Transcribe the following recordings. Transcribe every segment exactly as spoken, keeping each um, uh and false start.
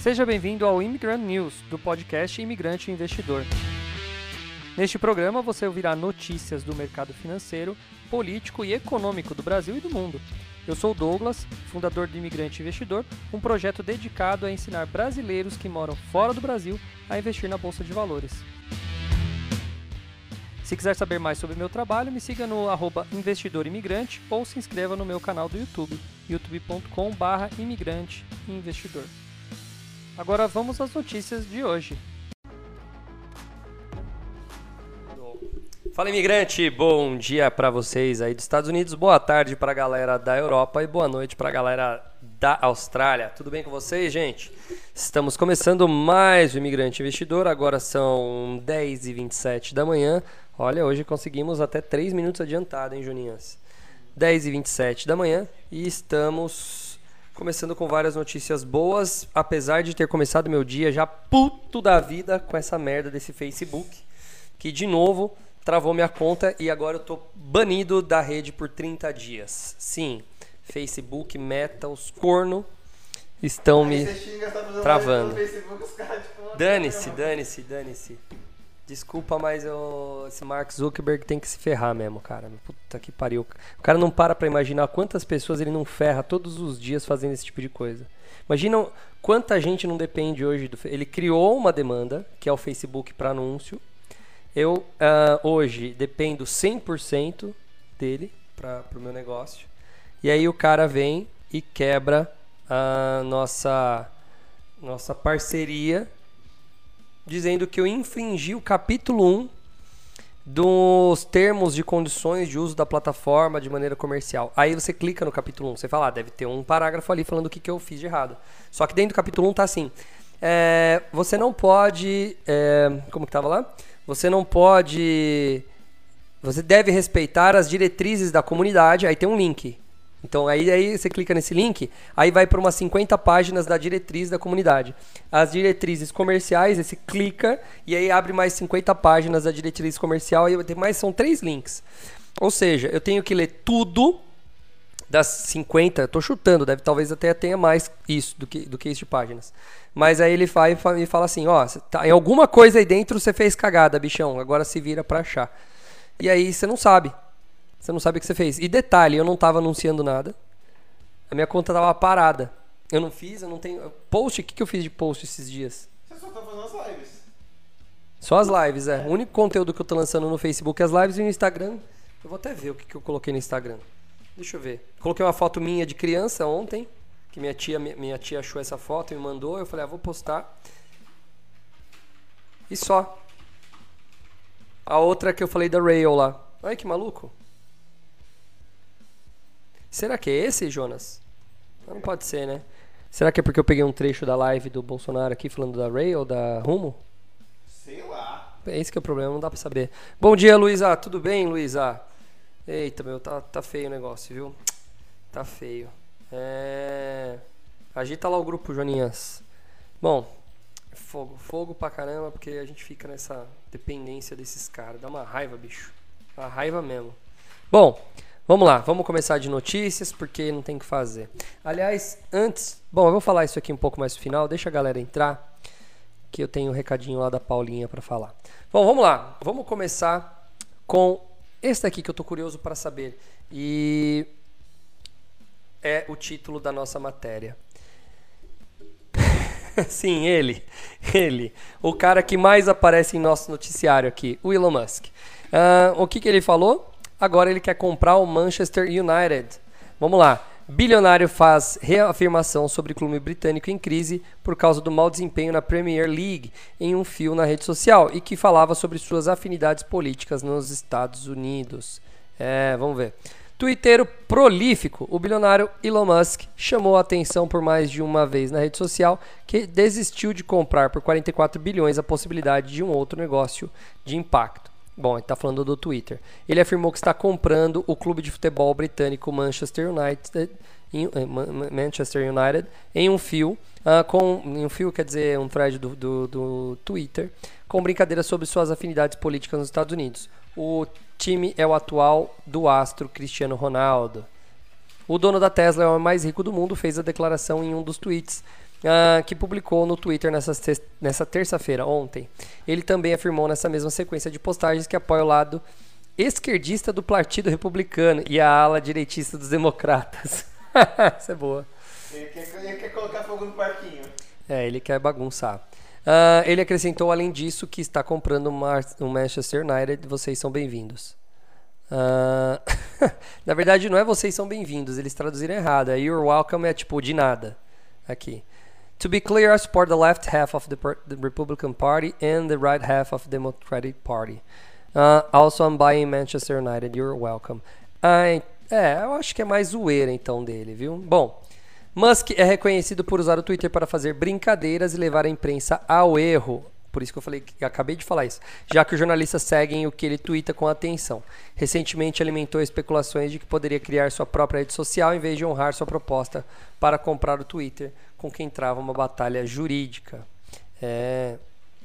Seja bem-vindo ao Immigrant News, do podcast Imigrante Investidor. Neste programa você ouvirá notícias do mercado financeiro, político e econômico do Brasil e do mundo. Eu sou o Douglas, fundador do Imigrante Investidor, um projeto dedicado a ensinar brasileiros que moram fora do Brasil a investir na Bolsa de Valores. Se quiser saber mais sobre o meu trabalho, me siga no arroba investidorimigrante ou se inscreva no meu canal do YouTube, youtube ponto com barra imigrante investidor. Agora vamos às notícias de hoje. Fala, imigrante! Bom dia para vocês aí dos Estados Unidos, boa tarde para a galera da Europa e boa noite para a galera da Austrália. Tudo bem com vocês, gente? Estamos começando mais o Imigrante Investidor, agora são dez e vinte e sete da manhã. Olha, hoje conseguimos até três minutos adiantado, hein, Juninhas? dez e vinte e sete da manhã e estamos começando com várias notícias boas, apesar de ter começado meu dia já puto da vida com essa merda desse Facebook, que de novo travou minha conta e agora eu tô banido da rede por trinta dias. Sim, Facebook, Meta, os corno estão me travando. Dane-se, dane-se, dane-se. Desculpa, mas eu, esse Mark Zuckerberg tem que se ferrar mesmo, cara. Puta que pariu. O cara não para pra imaginar quantas pessoas ele não ferra todos os dias fazendo esse tipo de coisa. Imagina quanta gente não depende hoje do... Ele criou uma demanda, que é o Facebook para anúncio. Eu, uh, hoje, dependo cem por cento dele para o meu negócio. E aí o cara vem e quebra a nossa, nossa parceria, dizendo que eu infringi o capítulo um dos termos de condições de uso da plataforma de maneira comercial. Aí você clica no capítulo um, você fala, ah, deve ter um parágrafo ali falando o que, que eu fiz de errado. Só que dentro do capítulo um tá assim, é, você não pode... É, como que tava lá? Você não pode... Você deve respeitar as diretrizes da comunidade. Aí tem um link. Então aí, aí você clica nesse link, aí vai para umas cinquenta páginas da diretriz da comunidade. As diretrizes comerciais, aí você clica e aí abre mais cinquenta páginas da diretriz comercial e tem mais, são três links. Ou seja, eu tenho que ler tudo das cinquenta, tô chutando, deve talvez até tenha mais isso do que, do que isso de páginas. Mas aí ele vai e fala assim, ó, tá, em alguma coisa aí dentro você fez cagada, bichão, agora se vira pra achar. E aí você não sabe. Você não sabe o que você fez. E detalhe, eu não estava anunciando nada. A minha conta estava parada. Eu não fiz, eu não tenho... Post, o que, que eu fiz de post esses dias? Você só tá fazendo as lives. Só as lives, é. O único conteúdo que eu tô lançando no Facebook é as lives e no Instagram. Eu vou até ver o que, que eu coloquei no Instagram. Deixa eu ver. Coloquei uma foto minha de criança ontem, que minha tia, minha tia achou essa foto e me mandou. Eu falei, ah, vou postar. E só. A outra que eu falei da Rail lá. Olha que maluco. Será que é esse, Jonas? Não pode ser, né? Será que é porque eu peguei um trecho da live do Bolsonaro aqui falando da Rail ou da Rumo? Sei lá. É esse que é o problema, não dá pra saber. Bom dia, Luísa. Tudo bem, Luísa? Eita, meu, tá, tá feio o negócio, viu? Tá feio. É... Agita lá o grupo, Joninhas. Bom, fogo. Fogo pra caramba, porque a gente fica nessa dependência desses caras. Dá uma raiva, bicho. Uma raiva mesmo. Bom... Vamos lá, vamos começar de notícias, porque não tem o que fazer. Aliás, antes... Bom, eu vou falar isso aqui um pouco mais no final, deixa a galera entrar, que eu tenho um recadinho lá da Paulinha para falar. Bom, vamos lá, vamos começar com esse daqui que eu tô curioso para saber. E é o título da nossa matéria. Sim, ele, ele, o cara que mais aparece em nosso noticiário aqui, o Elon Musk. Uh, o que, que ele falou? Agora ele quer comprar o Manchester United. Vamos lá. Bilionário faz reafirmação sobre clube britânico em crise por causa do mau desempenho na Premier League em um fio na rede social e que falava sobre suas afinidades políticas nos Estados Unidos. É, vamos ver. Twitter prolífico. O bilionário Elon Musk chamou a atenção por mais de uma vez na rede social que desistiu de comprar por quarenta e quatro bilhões a possibilidade de um outro negócio de impacto. Bom, ele está falando do Twitter. Ele afirmou que está comprando o clube de futebol britânico Manchester United, em, Manchester United em um fio, uh, com, em um fio quer dizer um thread do, do, do Twitter, com brincadeiras sobre suas afinidades políticas nos Estados Unidos. O time é o atual do astro Cristiano Ronaldo. O dono da Tesla é o homem mais rico do mundo, fez a declaração em um dos tweets uh, que publicou no Twitter nessa, nessa terça-feira, ontem. Ele também afirmou nessa mesma sequência de postagens que apoia o lado esquerdista do Partido Republicano e a ala direitista dos democratas. Isso é boa. Ele quer, ele quer colocar fogo no parquinho. É, ele quer bagunçar. Uh, ele acrescentou, além disso, que está comprando o Manchester United. Vocês são bem-vindos. Uh, na verdade, não é vocês são bem-vindos. Eles traduziram errado. É you're welcome é tipo de nada. Aqui. To be clear, I support the left half of the, the Republican Party and the right half of the Democratic Party. Uh, also, I'm buying Manchester United. You're welcome. Uh, é, eu acho que é mais zoeira, então, dele, viu? Bom... Musk é reconhecido por usar o Twitter para fazer brincadeiras e levar a imprensa ao erro. Por isso que eu falei, que acabei de falar isso. Já que os jornalistas seguem o que ele tuita com atenção. Recentemente alimentou especulações de que poderia criar sua própria rede social em vez de honrar sua proposta para comprar o Twitter, com quem trava uma batalha jurídica. É...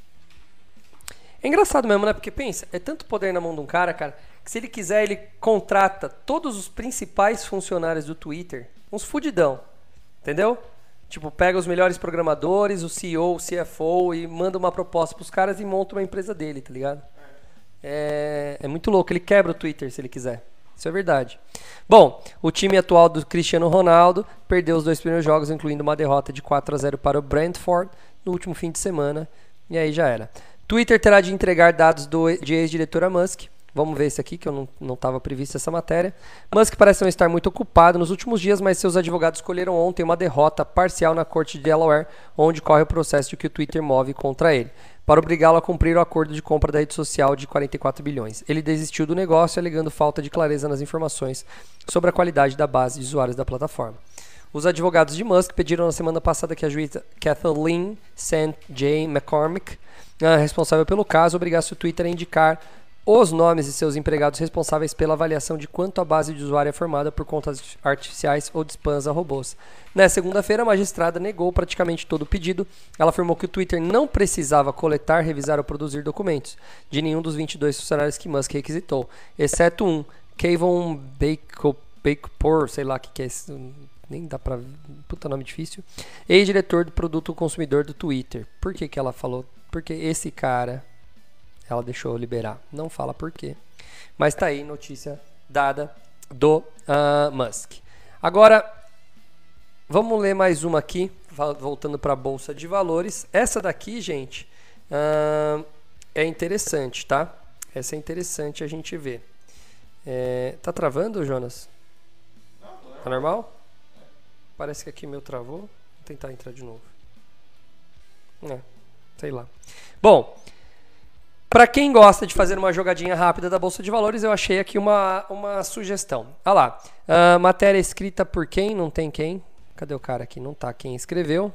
é engraçado mesmo, né? Porque pensa, é tanto poder na mão de um cara, cara, que se ele quiser, ele contrata todos os principais funcionários do Twitter, uns fudidão. Entendeu? Tipo, pega os melhores programadores, o C E O, o C F O e manda uma proposta pros caras e monta uma empresa dele, tá ligado? É, é muito louco, ele quebra o Twitter se ele quiser. Isso é verdade. Bom, o time atual do Cristiano Ronaldo perdeu os dois primeiros jogos, incluindo uma derrota de quatro a zero para o Brentford no último fim de semana. E aí já era. Twitter terá de entregar dados do, de ex-diretora Musk. Vamos ver esse aqui, que eu não estava previsto essa matéria. Musk parece não estar muito ocupado nos últimos dias, mas seus advogados escolheram ontem uma derrota parcial na corte de Delaware, onde corre o processo de que o Twitter move contra ele, para obrigá-lo a cumprir o acordo de compra da rede social de quarenta e quatro bilhões. Ele desistiu do negócio, alegando falta de clareza nas informações sobre a qualidade da base de usuários da plataforma. Os advogados de Musk pediram na semana passada que a juíza Kathleen Saint J. McCormick, responsável pelo caso, obrigasse o Twitter a indicar os nomes de seus empregados responsáveis pela avaliação de quanto a base de usuário é formada por contas artificiais ou de spams a robôs. Na segunda-feira, a magistrada negou praticamente todo o pedido. Ela afirmou que o Twitter não precisava coletar, revisar ou produzir documentos de nenhum dos vinte e dois funcionários que Musk requisitou, exceto um, Kevin Bacon, sei lá o que, que é esse, nem dá pra... puta nome difícil, ex-diretor do produto consumidor do Twitter. Por que que ela falou? Porque esse cara... ela deixou liberar. Não fala por quê. Mas tá aí, notícia dada do uh, Musk. Agora, vamos ler mais uma aqui, voltando para a Bolsa de Valores. Essa daqui, gente, uh, é interessante, tá? Essa é interessante a gente ver. É, tá travando, Jonas? Tá normal? Parece que aqui meu travou. Vou tentar entrar de novo. É, sei lá. Bom... para quem gosta de fazer uma jogadinha rápida da Bolsa de Valores, eu achei aqui uma, uma sugestão. Olha lá. Uh, matéria escrita por quem? Não tem quem. Cadê o cara aqui? Não tá quem escreveu.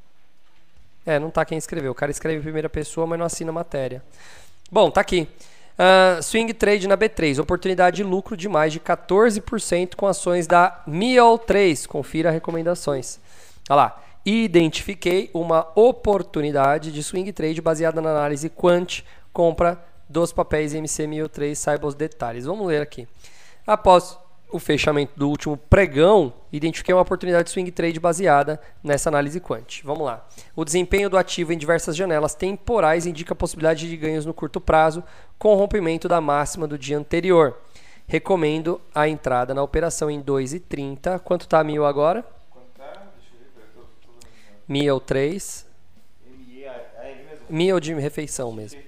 É, não tá quem escreveu. O cara escreve em primeira pessoa, mas não assina a matéria. Bom, tá aqui. Uh, swing Trade na B três. Oportunidade de lucro de mais de quatorze por cento com ações da M I O três. Confira recomendações. Olha lá. Identifiquei uma oportunidade de swing trade baseada na análise Quant, compra dos papéis M C M I O três, saiba os detalhes. Vamos ler aqui. Após o fechamento do último pregão, identifiquei uma oportunidade de swing trade baseada nessa análise Quant. Vamos lá. O desempenho do ativo em diversas janelas temporais indica a possibilidade de ganhos no curto prazo com o rompimento da máxima do dia anterior. Recomendo a entrada na operação em dois e trinta. Quanto está a M I O agora? Quanto tá? Deixa eu ver. Eu tô, tô... M I O três. M I A, é ele mesmo. M I O de refeição mesmo.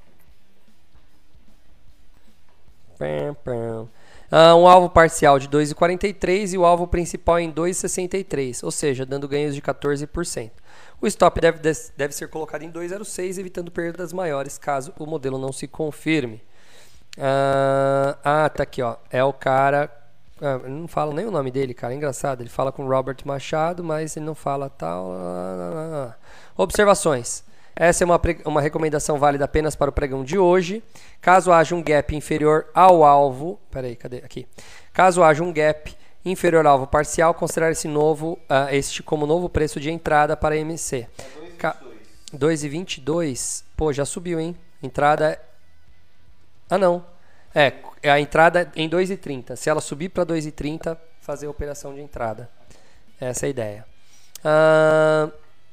Pam, pam. Uh, um alvo parcial de dois e quarenta e três e o alvo principal em dois e sessenta e três, ou seja, dando ganhos de quatorze por cento. O stop deve, deve ser colocado em dois e zero seis, evitando perdas maiores caso o modelo não se confirme. Uh, ah, tá aqui, ó. É o cara... Ah, ele não fala nem o nome dele, cara. É engraçado. Ele fala com Robert Machado, mas ele não fala tal... Observações. Essa é uma, uma recomendação válida apenas para o pregão de hoje. Caso haja um gap inferior ao alvo... Peraí, cadê? Aqui. Caso haja um gap inferior ao alvo parcial, considerar esse novo, uh, este como novo preço de entrada para a M C. É dois e vinte e dois. Pô, já subiu, hein? Entrada... Ah, não. É, a entrada em dois e trinta. Se ela subir para dois e trinta, fazer a operação de entrada. Essa é a ideia. Uh...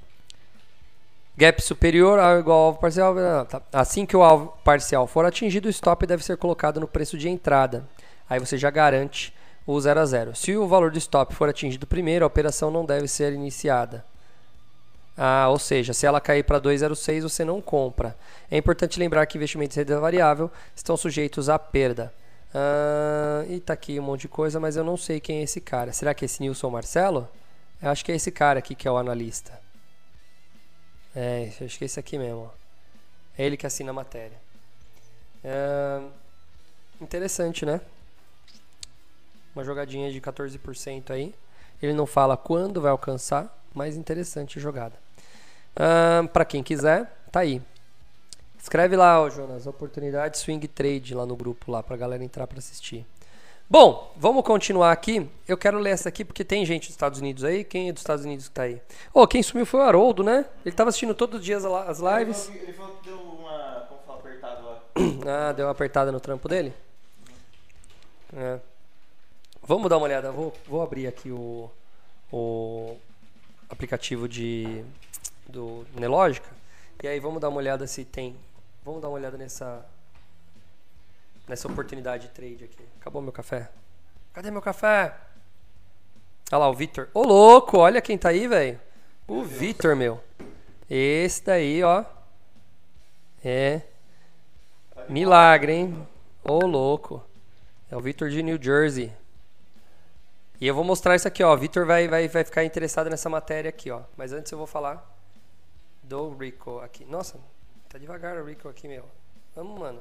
Gap superior ao igual ao alvo parcial. Tá. Assim que o alvo parcial for atingido, o stop deve ser colocado no preço de entrada. Aí você já garante o zero a zero. Se o valor do stop for atingido primeiro, a operação não deve ser iniciada. Ah, ou seja, se ela cair para dois zero seis, você não compra. É importante lembrar que investimentos em renda variável estão sujeitos à perda. Ah, e tá aqui um monte de coisa, mas eu não sei quem é esse cara. Será que é esse Nilson Marcelo? Eu acho que é esse cara aqui que é o analista. É, acho que é esse aqui mesmo. Ó. É ele que assina a matéria. É, interessante, né? Uma jogadinha de quatorze por cento aí. Ele não fala quando vai alcançar, mas interessante a jogada. Ah, para quem quiser, tá aí. Escreve lá, ó, Jonas, oportunidade swing trade lá no grupo lá pra galera entrar para assistir. Bom, vamos continuar aqui. Eu quero ler essa aqui porque tem gente dos Estados Unidos aí. Quem é dos Estados Unidos que tá aí? Oh, quem sumiu foi o Haroldo, né? Ele tava assistindo todos os dias as lives. Ele falou que deu uma, como fala, apertada lá. Ah, deu uma apertada no trampo dele? É. Vamos dar uma olhada. Vou, vou abrir aqui o, o aplicativo de do Nelogica. E aí vamos dar uma olhada se tem. Vamos dar uma olhada nessa nessa oportunidade de trade aqui. Acabou meu café? Cadê meu café? Olha lá o Vitor. Ô louco, olha quem tá aí, velho. O Vitor, meu. Esse daí, ó. É. Milagre, hein? Ô louco. É o Vitor de New Jersey. E eu vou mostrar isso aqui, ó. O Vitor vai, vai, vai ficar interessado nessa matéria aqui, ó. Mas antes eu vou falar do Rico aqui. Nossa, tá devagar o Rico aqui, meu. Vamos, mano.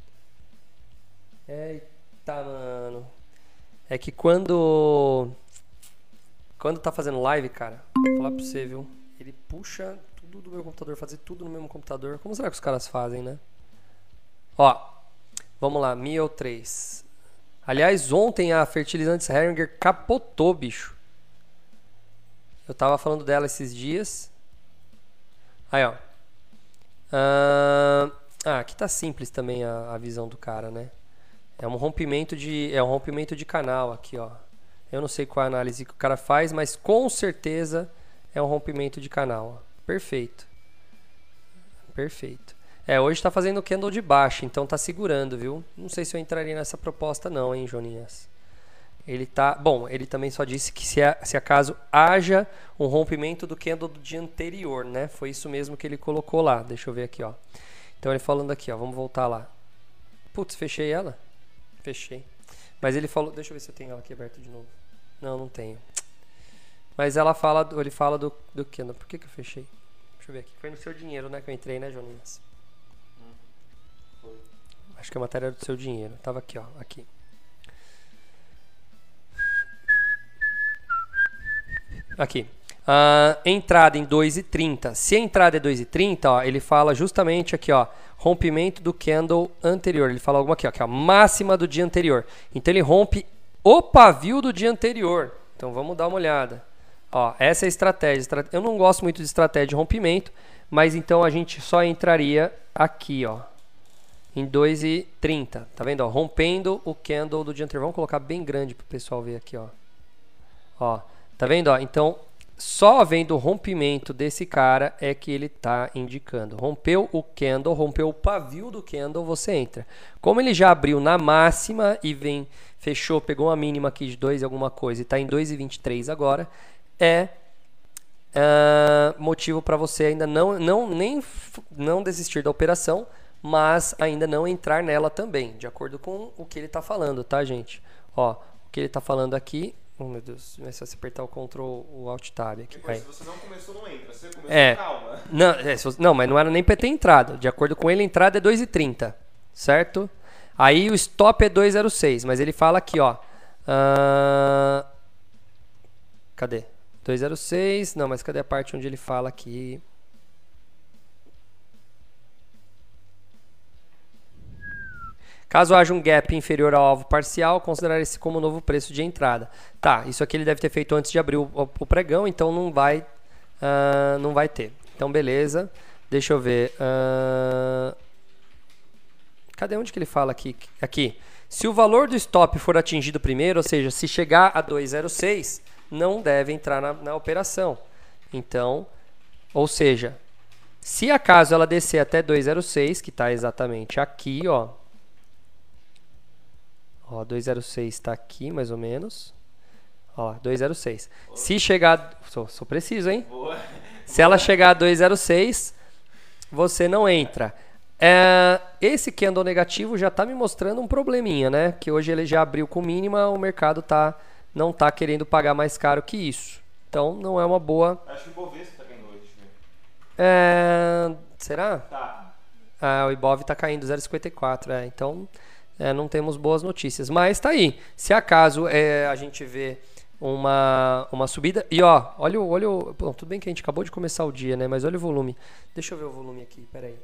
Eita, mano. É que quando Quando tá fazendo live, cara, vou falar pra você, viu? Ele puxa tudo do meu computador, fazer tudo no mesmo computador. Como será que os caras fazem, né? Ó, vamos lá, M I O três. Aliás, ontem a Fertilizantes Heringer capotou, bicho. Eu tava falando dela esses dias. Aí, ó. Ah, aqui tá simples também a, a visão do cara, né? É um rompimento de, é um rompimento de canal aqui, ó. Eu não sei qual a análise que o cara faz, mas com certeza é um rompimento de canal. Ó. Perfeito. Perfeito. É, hoje tá fazendo candle de baixo, então tá segurando, viu? Não sei se eu entraria nessa proposta não, hein, Joninhas. Ele tá... Bom, ele também só disse que se, a, se acaso haja um rompimento do candle do dia anterior, né? Foi isso mesmo que ele colocou lá. Deixa eu ver aqui, ó. Então ele falando aqui, ó. Vamos voltar lá. Putz, fechei ela? Fechei. Mas ele falou... Deixa eu ver se eu tenho ela aqui aberta de novo. Não, não tenho. Mas ela fala... Ele fala do, do candle. Por que que eu fechei? Deixa eu ver aqui. Foi no seu dinheiro, né? Que eu entrei, né, Joninhas? Acho que a matéria era do seu dinheiro. Tava aqui, ó. Aqui. Aqui. Uh, entrada em dois e trinta. Se a entrada é dois e trinta, ó, ele fala justamente aqui, ó. Rompimento do candle anterior. Ele fala alguma aqui, ó. Aqui, ó, máxima do dia anterior. Então ele rompe o pavio do dia anterior. Então vamos dar uma olhada. Ó, essa é a estratégia. Eu não gosto muito de estratégia de rompimento. Mas então a gente só entraria aqui, ó. Em dois e trinta, tá vendo? Ó, rompendo o candle do dia anterior. Vamos colocar bem grande para o pessoal ver aqui, ó. Ó, tá vendo? Ó, então, só vendo o rompimento desse cara é que ele tá indicando. Rompeu o candle, rompeu o pavio do candle, você entra. Como ele já abriu na máxima e vem, fechou, pegou uma mínima aqui de dois e alguma coisa e tá em dois e vinte e três agora, é uh, motivo para você ainda não, não, nem, não desistir da operação, mas ainda não entrar nela também, de acordo com o que ele está falando, tá, gente? Ó, o que ele está falando aqui... Oh, meu Deus, se você apertar o Ctrl, o Alt Tab aqui. Depois, se você não começou, não entra. Se você começou, é, calma. Não, é, se você, não, mas não era nem para ter entrado. De acordo com ele, a entrada é dois e trinta, certo? Aí o stop é dois zero seis, mas ele fala aqui, ó. Uh, cadê? dois zero seis, não, mas cadê a parte onde ele fala aqui... Caso haja um gap inferior ao alvo parcial, considerar esse como novo preço de entrada. Tá, isso aqui ele deve ter feito antes de abrir o, o, o pregão, então não vai, uh, não vai ter. Então, beleza. Deixa eu ver. Uh... Cadê onde que ele fala aqui? Aqui. Se o valor do stop for atingido primeiro, ou seja, se chegar a dois zero seis, não deve entrar na, na operação. Então, ou seja, Se acaso ela descer até dois zero seis, que está exatamente aqui, ó. Ó, dois zero seis está aqui, mais ou menos. Ó lá, dois zero seis. Boa. Se chegar... Sou, sou preciso, hein? Boa. Se ela chegar a dois zero seis, você não entra. É, esse candle negativo já está me mostrando um probleminha, né? Que hoje ele já abriu com mínima, o mercado tá, não está querendo pagar mais caro que isso. Então, não é uma boa... Acho que o Ibovespa está caindo hoje. É, será? Tá. Ah, o Ibov está caindo zero vírgula cinquenta e quatro, é, então é, não temos boas notícias. Mas tá aí. Se acaso é, a gente vê uma, uma subida... E ó, olha o... Olha o bom, tudo bem que a gente acabou de começar o dia, né? Mas olha o volume. Deixa eu ver o volume aqui, peraí.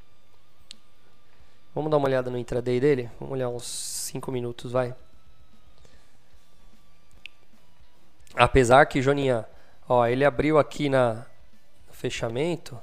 Vamos dar uma olhada no intraday dele? Vamos olhar uns cinco minutos, vai. Apesar que, Joninha, ó, ele abriu aqui na, no fechamento.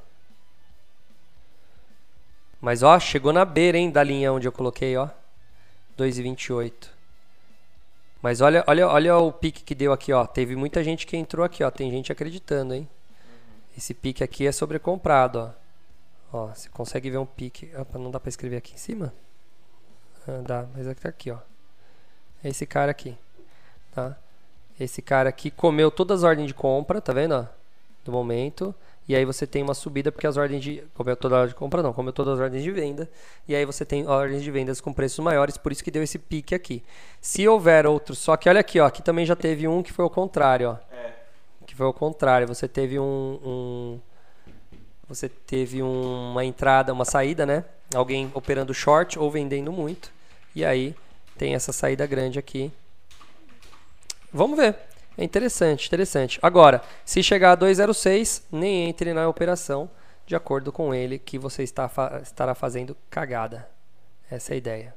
Mas, ó, chegou na beira, hein, da linha onde eu coloquei, ó. dois e vinte e oito. Mas olha, olha, olha o pique que deu aqui, ó. Teve muita gente que entrou aqui, ó. Tem gente acreditando, hein. Esse pique aqui é sobrecomprado, ó. Ó, você consegue ver um pique. Opa, não dá pra escrever aqui em cima? Ah, dá, mas aqui tá aqui, ó. É esse cara aqui, tá? Esse cara aqui comeu todas as ordens de compra, tá vendo, ó? Do momento. E aí você tem uma subida porque as ordens de... Comeu toda a ordem de compra, não. Comeu todas as ordens de venda. E aí você tem ordens de vendas com preços maiores, por isso que deu esse pique aqui. Se houver outros... Só que olha aqui, ó. Aqui também já teve um que foi o contrário, ó. É. Que foi o contrário. Você teve um... um Você teve um, uma entrada, uma saída, né? Alguém operando short ou vendendo muito. E aí tem essa saída grande aqui. Vamos ver. É interessante, interessante. Agora, se chegar a dois zero seis, nem entre na operação, de acordo com ele, que você está, estará fazendo cagada. Essa é a ideia.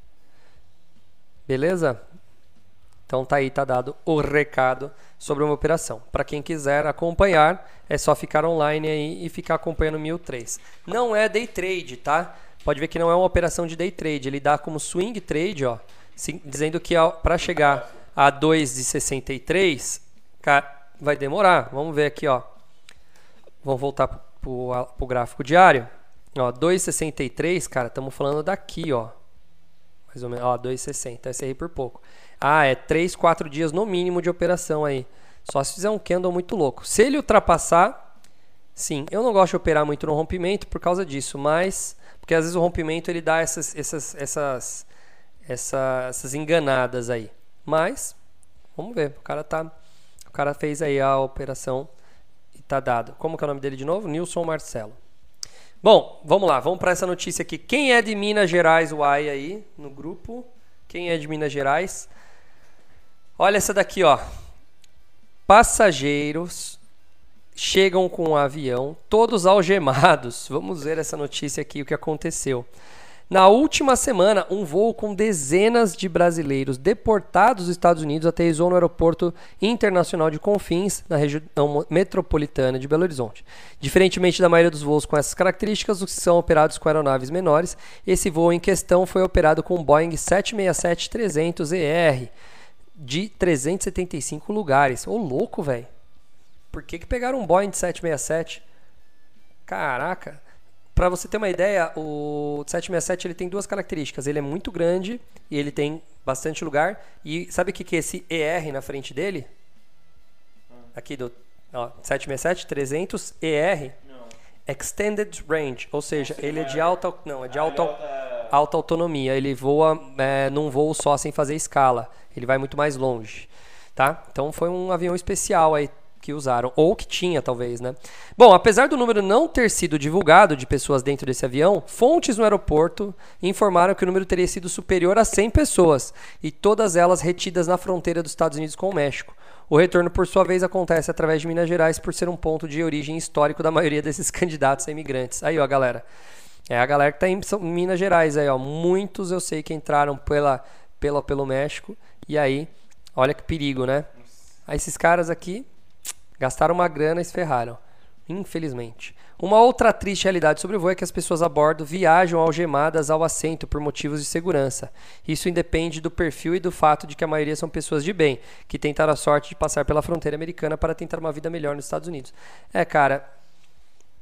Beleza? Então tá aí, tá dado o recado sobre uma operação. Para quem quiser acompanhar, é só ficar online aí e ficar acompanhando o mil três. Não é day trade, tá? Pode ver que não é uma operação de day trade. Ele dá como swing trade, ó, dizendo que para chegar a dois e sessenta e três, vai demorar. Vamos ver aqui, ó. Vamos voltar pro, pro gráfico diário. Ó, dois e sessenta e três, cara, estamos falando daqui, ó. Mais ou menos, ó, dois e sessenta, esse aí por pouco. Ah, é três, quatro dias no mínimo de operação aí. Só se fizer um candle muito louco. Se ele ultrapassar, sim, eu não gosto de operar muito no rompimento por causa disso, mas... Porque às vezes o rompimento ele dá essas, essas, essas, essa, essas enganadas aí. Mas, vamos ver. O cara, tá, o cara fez aí a operação e tá dado. Como que é o nome dele de novo? Nilson Marcelo. Bom, vamos lá. Vamos para essa notícia aqui. Quem é de Minas Gerais, uai, aí no grupo? Quem é de Minas Gerais? Olha essa daqui, ó. Passageiros chegam com um avião, todos algemados. Vamos ver essa notícia aqui, o que aconteceu. Na última semana, um voo com dezenas de brasileiros deportados dos Estados Unidos aterrissou no aeroporto internacional de Confins, na região metropolitana de Belo Horizonte. Diferentemente da maioria dos voos com essas características, os que são operados com aeronaves menores, esse voo em questão foi operado com um Boeing sete sessenta e sete trezentos E R de trezentos e setenta e cinco lugares. Ô, louco, velho. Por que que pegaram um Boeing de sete sessenta e sete? Caraca. Para você ter uma ideia, o sete sessenta e sete ele tem duas características. Ele é muito grande e ele tem bastante lugar. E sabe o que que é esse E R na frente dele? Aqui do ó, sete sessenta e sete trezentos E R. Não. Extended Range, ou seja, ele é de alta, não, é de alta, alta autonomia. Ele voa é, num voo só sem fazer escala. Ele vai muito mais longe, tá? Então foi um avião especial aí que usaram, ou que tinha talvez, né? Bom, apesar do número não ter sido divulgado de pessoas dentro desse avião, fontes no aeroporto informaram que o número teria sido superior a cem pessoas, e todas elas retidas na fronteira dos Estados Unidos com o México. O retorno, por sua vez, acontece através de Minas Gerais, por ser um ponto de origem histórico da maioria desses candidatos a imigrantes. Aí, ó, galera. É a galera que tá em Minas Gerais aí, ó. Muitos eu sei que entraram pela, pela, pelo México, e aí, olha que perigo, né? Aí esses caras aqui gastaram uma grana e se ferraram, infelizmente. Uma outra triste realidade sobre o voo é que as pessoas a bordo viajam algemadas ao assento por motivos de segurança. Isso independe do perfil e do fato de que a maioria são pessoas de bem, que tentaram a sorte de passar pela fronteira americana para tentar uma vida melhor nos Estados Unidos. É, cara,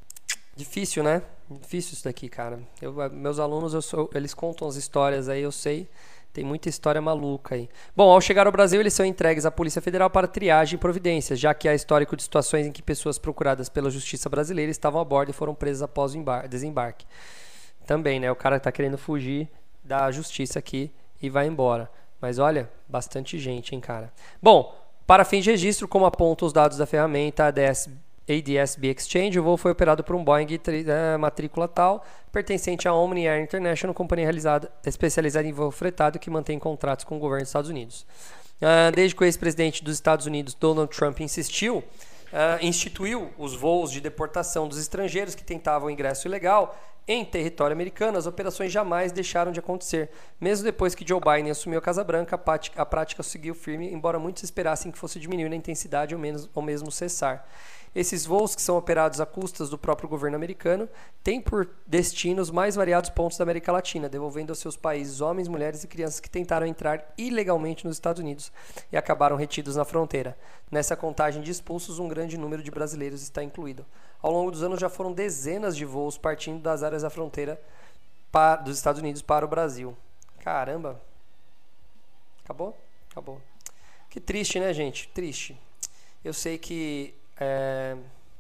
Difícil, né? Difícil isso daqui, cara. Eu, meus alunos, eu sou, eles contam as histórias aí, eu sei. Tem muita história maluca aí. Bom, ao chegar ao Brasil, eles são entregues à Polícia Federal para triagem e providências, já que há histórico de situações em que pessoas procuradas pela Justiça brasileira estavam a bordo e foram presas após o embar- desembarque. Também, né? O cara tá querendo fugir da justiça aqui e vai embora. Mas olha, bastante gente, hein, cara. Bom, para fins de registro, como apontam os dados da ferramenta A D S B Exchange, o voo foi operado por um Boeing uh, matrícula tal, pertencente à Omni Air International, companhia realizada, especializada em voo fretado que mantém contratos com o governo dos Estados Unidos. Uh, desde que o ex-presidente dos Estados Unidos, Donald Trump, insistiu, uh, instituiu os voos de deportação dos estrangeiros que tentavam ingresso ilegal em território americano, as operações jamais deixaram de acontecer. Mesmo depois que Joe Biden assumiu a Casa Branca, a prática, a prática seguiu firme, embora muitos esperassem que fosse diminuir na intensidade ou, menos, ou mesmo cessar. Esses voos, que são operados a custas do próprio governo americano, têm por destino os mais variados pontos da América Latina, devolvendo aos seus países homens, mulheres e crianças que tentaram entrar ilegalmente nos Estados Unidos e acabaram retidos na fronteira. Nessa contagem de expulsos, um grande número de brasileiros está incluído. Ao longo dos anos já foram dezenas de voos partindo das áreas da fronteira para, dos Estados Unidos para o Brasil. Caramba! Acabou? Acabou. Que triste, né, gente? Triste. Eu sei que é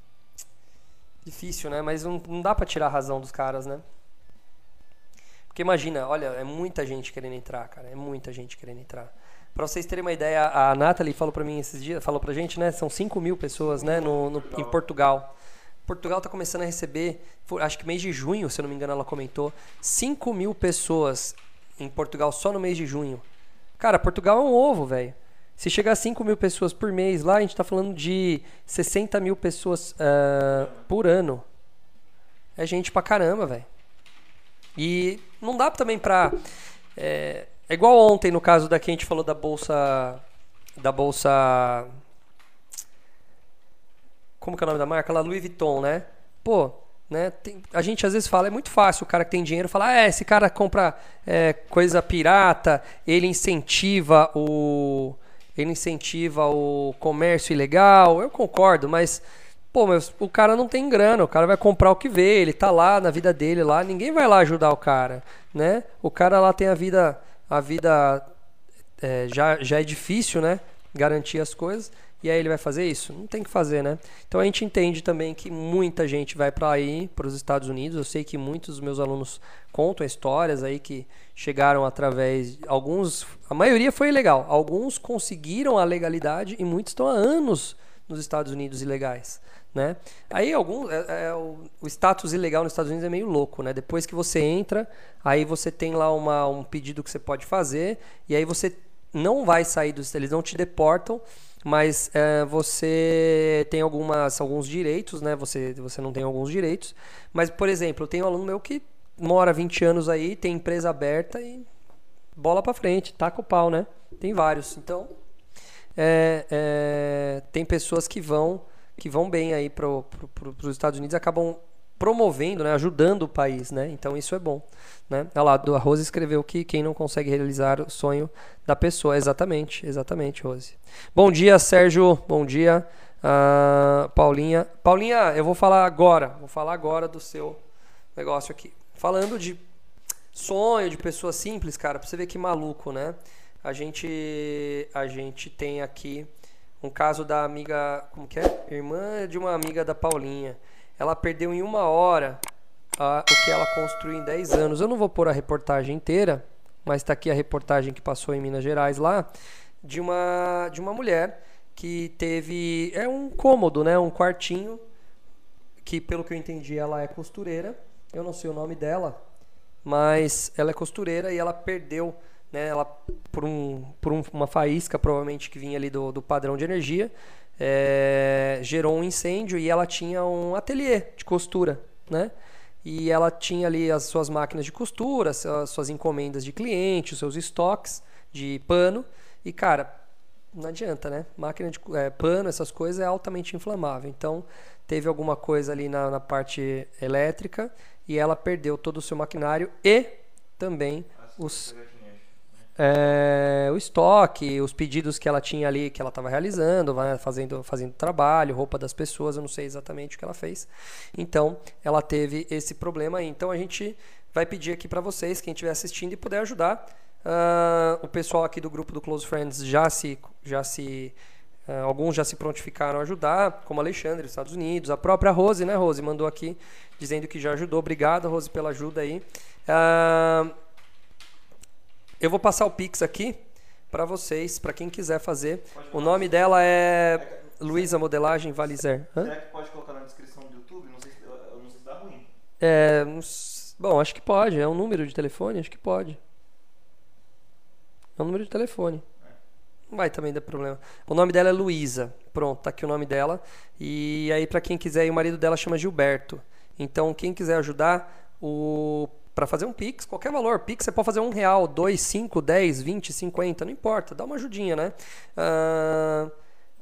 difícil, né? Mas não, não dá pra tirar a razão dos caras, né? Porque imagina, olha, é muita gente querendo entrar, cara. É muita gente querendo entrar. Pra vocês terem uma ideia, a Nathalie falou pra mim esses dias, falou pra gente, né? São cinco mil pessoas, né? No, no, em Portugal. Portugal tá começando a receber, acho que mês de junho, se eu não me engano, ela comentou, cinco mil pessoas em Portugal só no mês de junho. Cara, Portugal é um ovo, velho. Se chegar a cinco mil pessoas por mês lá, a gente tá falando de sessenta mil pessoas uh, por ano. É gente pra caramba, velho. E não dá também pra... É, é igual ontem, no caso daqui, a gente falou da bolsa... Da bolsa... Como que é o nome da marca? Lá, Louis Vuitton, né? Pô, né? Tem, a gente às vezes fala, é muito fácil o cara que tem dinheiro falar, ah, é, esse cara compra é, coisa pirata, ele incentiva o... Ele incentiva o comércio ilegal. Eu concordo, mas pô, mas o cara não tem grana, o cara vai comprar o que vê, ele tá lá na vida dele lá, ninguém vai lá ajudar o cara, né? O cara lá tem a vida, a vida é, já, já é difícil, né? Garantir as coisas, e aí ele vai fazer isso? Não tem que fazer, né? Então a gente entende também que muita gente vai para aí, para os Estados Unidos. Eu sei que muitos dos meus alunos contam histórias aí que chegaram através, alguns, a maioria foi ilegal, alguns conseguiram a legalidade e muitos estão há anos nos Estados Unidos ilegais, né? Aí alguns, é, é, o, o status ilegal nos Estados Unidos é meio louco, né? Depois que você entra, aí você tem lá uma, um pedido que você pode fazer e aí você não vai sair dos, eles não te deportam, mas é, você tem algumas, alguns direitos, né? Você, você não tem alguns direitos, mas por exemplo, eu tenho um aluno meu que mora vinte anos aí, tem empresa aberta e bola pra frente, taca o pau, né? Tem vários. Então, é, é, tem pessoas que vão, que vão bem aí pro, pro, pro, pros Estados Unidos e acabam promovendo, né? Ajudando o país, né? Então isso é bom, né? Olha lá, a Rose escreveu que quem não consegue realizar o sonho da pessoa. Exatamente, exatamente, Rose. Bom dia, Sérgio. Bom dia, uh, Paulinha. Paulinha, eu vou falar agora, vou falar agora do seu negócio aqui. Falando de sonho, de pessoa simples, cara, pra você ver que maluco, né? A gente, a gente tem aqui um caso da amiga, como que é? Irmã de uma amiga da Paulinha. Ela perdeu em uma hora uh, o que ela construiu em dez anos. Eu não vou pôr a reportagem inteira, mas tá aqui a reportagem que passou em Minas Gerais lá, de uma, de uma mulher que teve, é um cômodo, né? Um quartinho, que pelo que eu entendi ela é costureira. Eu não sei o nome dela, mas ela é costureira e ela perdeu, né, ela, por, um, por um, uma faísca, provavelmente, que vinha ali do, do padrão de energia, é, gerou um incêndio e ela tinha um ateliê de costura, né? E ela tinha ali as suas máquinas de costura, as suas encomendas de cliente, os seus estoques de pano. E, cara, não adianta, né? Máquina de é, pano, essas coisas, é altamente inflamável. Então, teve alguma coisa ali na, na parte elétrica e ela perdeu todo o seu maquinário e também os... é, o estoque, os pedidos que ela tinha ali, que ela estava realizando, vai fazendo, fazendo trabalho, roupa das pessoas, eu não sei exatamente o que ela fez. Então, ela teve esse problema aí. Então, a gente vai pedir aqui para vocês, quem estiver assistindo e puder ajudar. Uh, o pessoal aqui do grupo do Close Friends já se... Já se uh, alguns já se prontificaram a ajudar, como Alexandre, dos Estados Unidos. A própria Rose, né, Rose? Mandou aqui, dizendo que já ajudou. Obrigado, Rose, pela ajuda aí. Uh, Eu vou passar o Pix aqui para vocês, para quem quiser fazer. O nome dela é Luísa Modelagem Valizer. Hã? Será que pode colocar na descrição do YouTube? Não sei se, eu não sei se dá ruim. É, bom, acho que pode. É um número de telefone? Acho que pode. É um número de telefone. Não vai também dar problema. O nome dela é Luísa. Pronto, tá aqui o nome dela. E aí, para quem quiser, e o marido dela chama Gilberto. Então, quem quiser ajudar, o... para fazer um Pix, qualquer valor. Pix você pode fazer um real, dois, cinco, dez, vinte, cinquenta, não importa, dá uma ajudinha, né? Uh,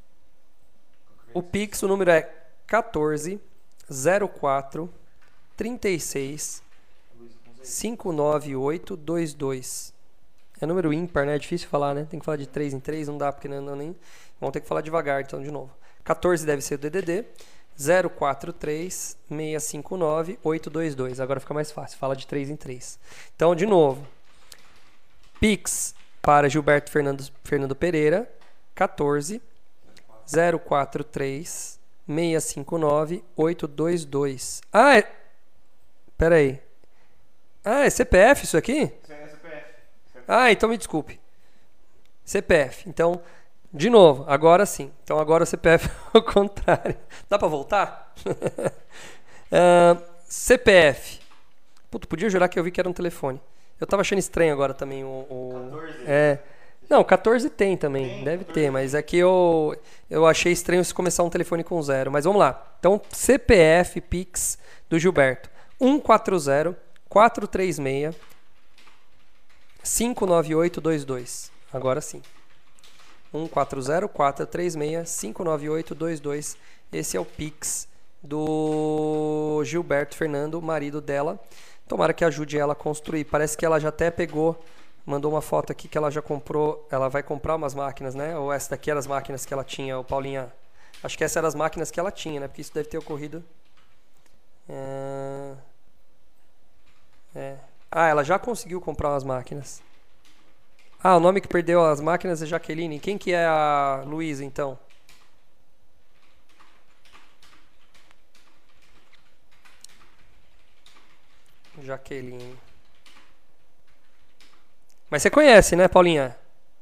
o Pix, o número é quatorze, zero quatro, trinta e seis, cinco nove oito, dois dois. É número ímpar, né? É difícil falar, né? Tem que falar de três em três, não dá, porque não, não nem... Vamos ter que falar devagar, então, de novo. quatorze deve ser o D D D. zero quatro três, seis cinco nove, oito dois dois. Agora fica mais fácil, fala de três em três. Então, de novo, Pix para Gilberto Fernando, Fernando Pereira, quatorze, zero quatro três, seis cinco nove, oito dois dois. Ah, é... Pera aí. Ah, é C P F isso aqui? Isso é C P F. Ah, então me desculpe. C P F. Então... De novo, agora sim. Então agora o C P F é o contrário. Dá pra voltar? uh, C P F. Puta, podia jurar que eu vi que era um telefone. Eu tava achando estranho agora também o... o quatorze? É. Não, quatorze tem também. Tem, deve quatorze. ter, mas aqui eu, eu achei estranho se começar um telefone com zero. Mas vamos lá. Então, C P F Pix do Gilberto. um quatro zero, quatro três seis, cinco nove oito dois dois. Agora sim. um quatro zero, quatro três seis, cinco nove oito dois dois. Esse é o Pix do Gilberto Fernando, marido dela. Tomara que ajude ela a construir. Parece que ela já até pegou, mandou uma foto aqui que ela já comprou. Ela vai comprar umas máquinas, né? Ou essa daqui eram as máquinas que ela tinha, o Paulinha. Acho que essas eram as máquinas que ela tinha, né? Porque isso deve ter ocorrido. É... É. Ah, ela já conseguiu comprar umas máquinas. Ah, o nome que perdeu as máquinas é Jaqueline. Quem que é a Luísa, então? Jaqueline. Mas você conhece, né, Paulinha?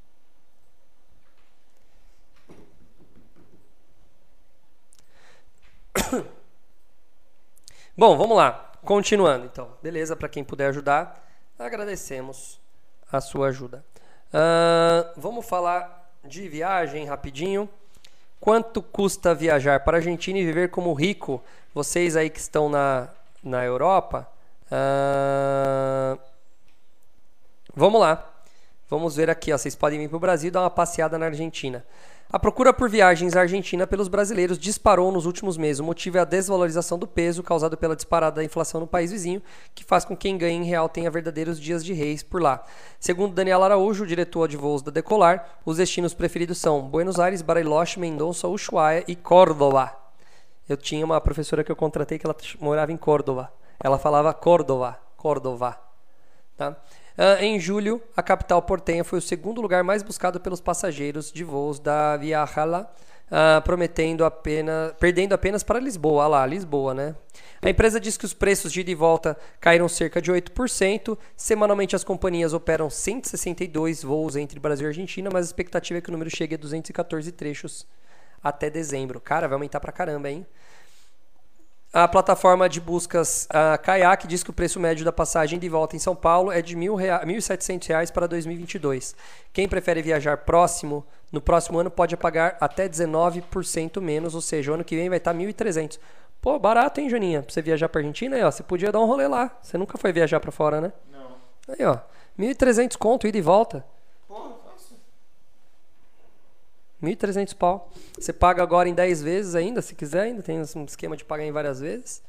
Bom, vamos lá. Continuando, então. Beleza, para quem puder ajudar, agradecemos a sua ajuda. Uh, vamos falar de viagem rapidinho. Quanto custa viajar para a Argentina e viver como rico? Vocês aí que estão na, na Europa, uh, vamos lá. Vamos ver aqui, ó. Vocês podem vir para o Brasil e dar uma passeada na Argentina. A procura por viagens à Argentina pelos brasileiros disparou nos últimos meses. O motivo é a desvalorização do peso causado pela disparada da inflação no país vizinho, que faz com que quem ganha em real tenha verdadeiros dias de reis por lá. Segundo Daniel Araújo, diretor de voos da Decolar, os destinos preferidos são Buenos Aires, Bariloche, Mendoza, Ushuaia e Córdoba. Eu tinha uma professora que eu contratei que ela morava em Córdoba. Ela falava Córdoba, Córdoba. Tá? Uh, em julho, a capital portenha foi o segundo lugar mais buscado pelos passageiros de voos da Viajala, uh, prometendo apenas, perdendo apenas para Lisboa. Ah lá, Lisboa, né? A empresa diz que os preços de ida e volta caíram cerca de oito por cento. Semanalmente, as companhias operam cento e sessenta e dois voos entre Brasil e Argentina, mas a expectativa é que o número chegue a duzentos e quatorze trechos até dezembro. Cara, vai aumentar pra caramba, hein? A plataforma de buscas a Kayak diz que o preço médio da passagem de volta em São Paulo é de mil e setecentos reais para dois mil e vinte e dois. Quem prefere viajar próximo, no próximo ano pode pagar até dezenove por cento menos, ou seja, o ano que vem vai estar mil e trezentos. Pô, barato, hein, Joninha? Pra você viajar pra Argentina, aí, ó, você podia dar um rolê lá. Você nunca foi viajar pra fora, né? Não. Aí, ó, mil e trezentos conto, ida e volta. Porra, fácil. mil e trezentos pau. Você paga agora em dez vezes ainda, se quiser. Ainda tem um esquema de pagar em várias vezes.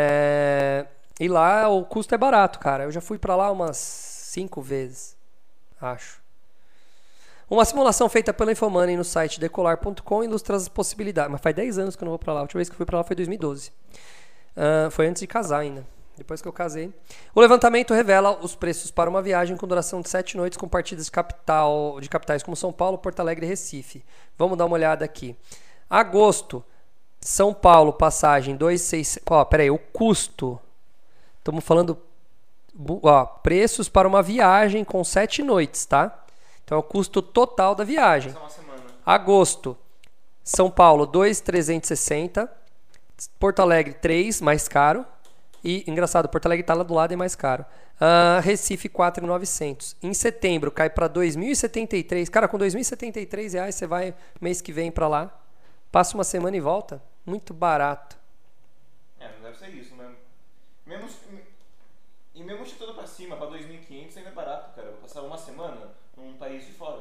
É... E lá o custo é barato, cara. Eu já fui pra lá umas cinco vezes. acho. Uma simulação feita pela Infomoney no site decolar ponto com ilustra as possibilidades. Mas faz dez anos que eu não vou pra lá. A última vez que eu fui pra lá foi em dois mil e doze. Uh, foi antes de casar ainda. Depois que eu casei. O levantamento revela os preços para uma viagem com duração de sete noites com partidas de, capital, de capitais como São Paulo, Porto Alegre e Recife. Vamos dar uma olhada aqui. Agosto, São Paulo, passagem dois mil e seiscentos. Ó, peraí, o custo. Estamos falando. Ó, preços para uma viagem com sete noites, tá? Então é o custo total da viagem. Uma semana. Agosto, São Paulo, dois mil trezentos e sessenta. Porto Alegre, três, mais caro. E, engraçado, Porto Alegre está lá do lado e é mais caro. Uh, Recife, quatro mil e novecentos. Em setembro, cai para dois mil e setenta e três. Cara, com dois mil e setenta e três reais, você vai mês que vem para lá. Passa uma semana e volta. Muito barato. É, não deve ser isso, né? Mesmo, e mesmo chutando para cima, para dois mil e quinhentos, ainda é barato, cara. Vou passar uma semana num país de fora.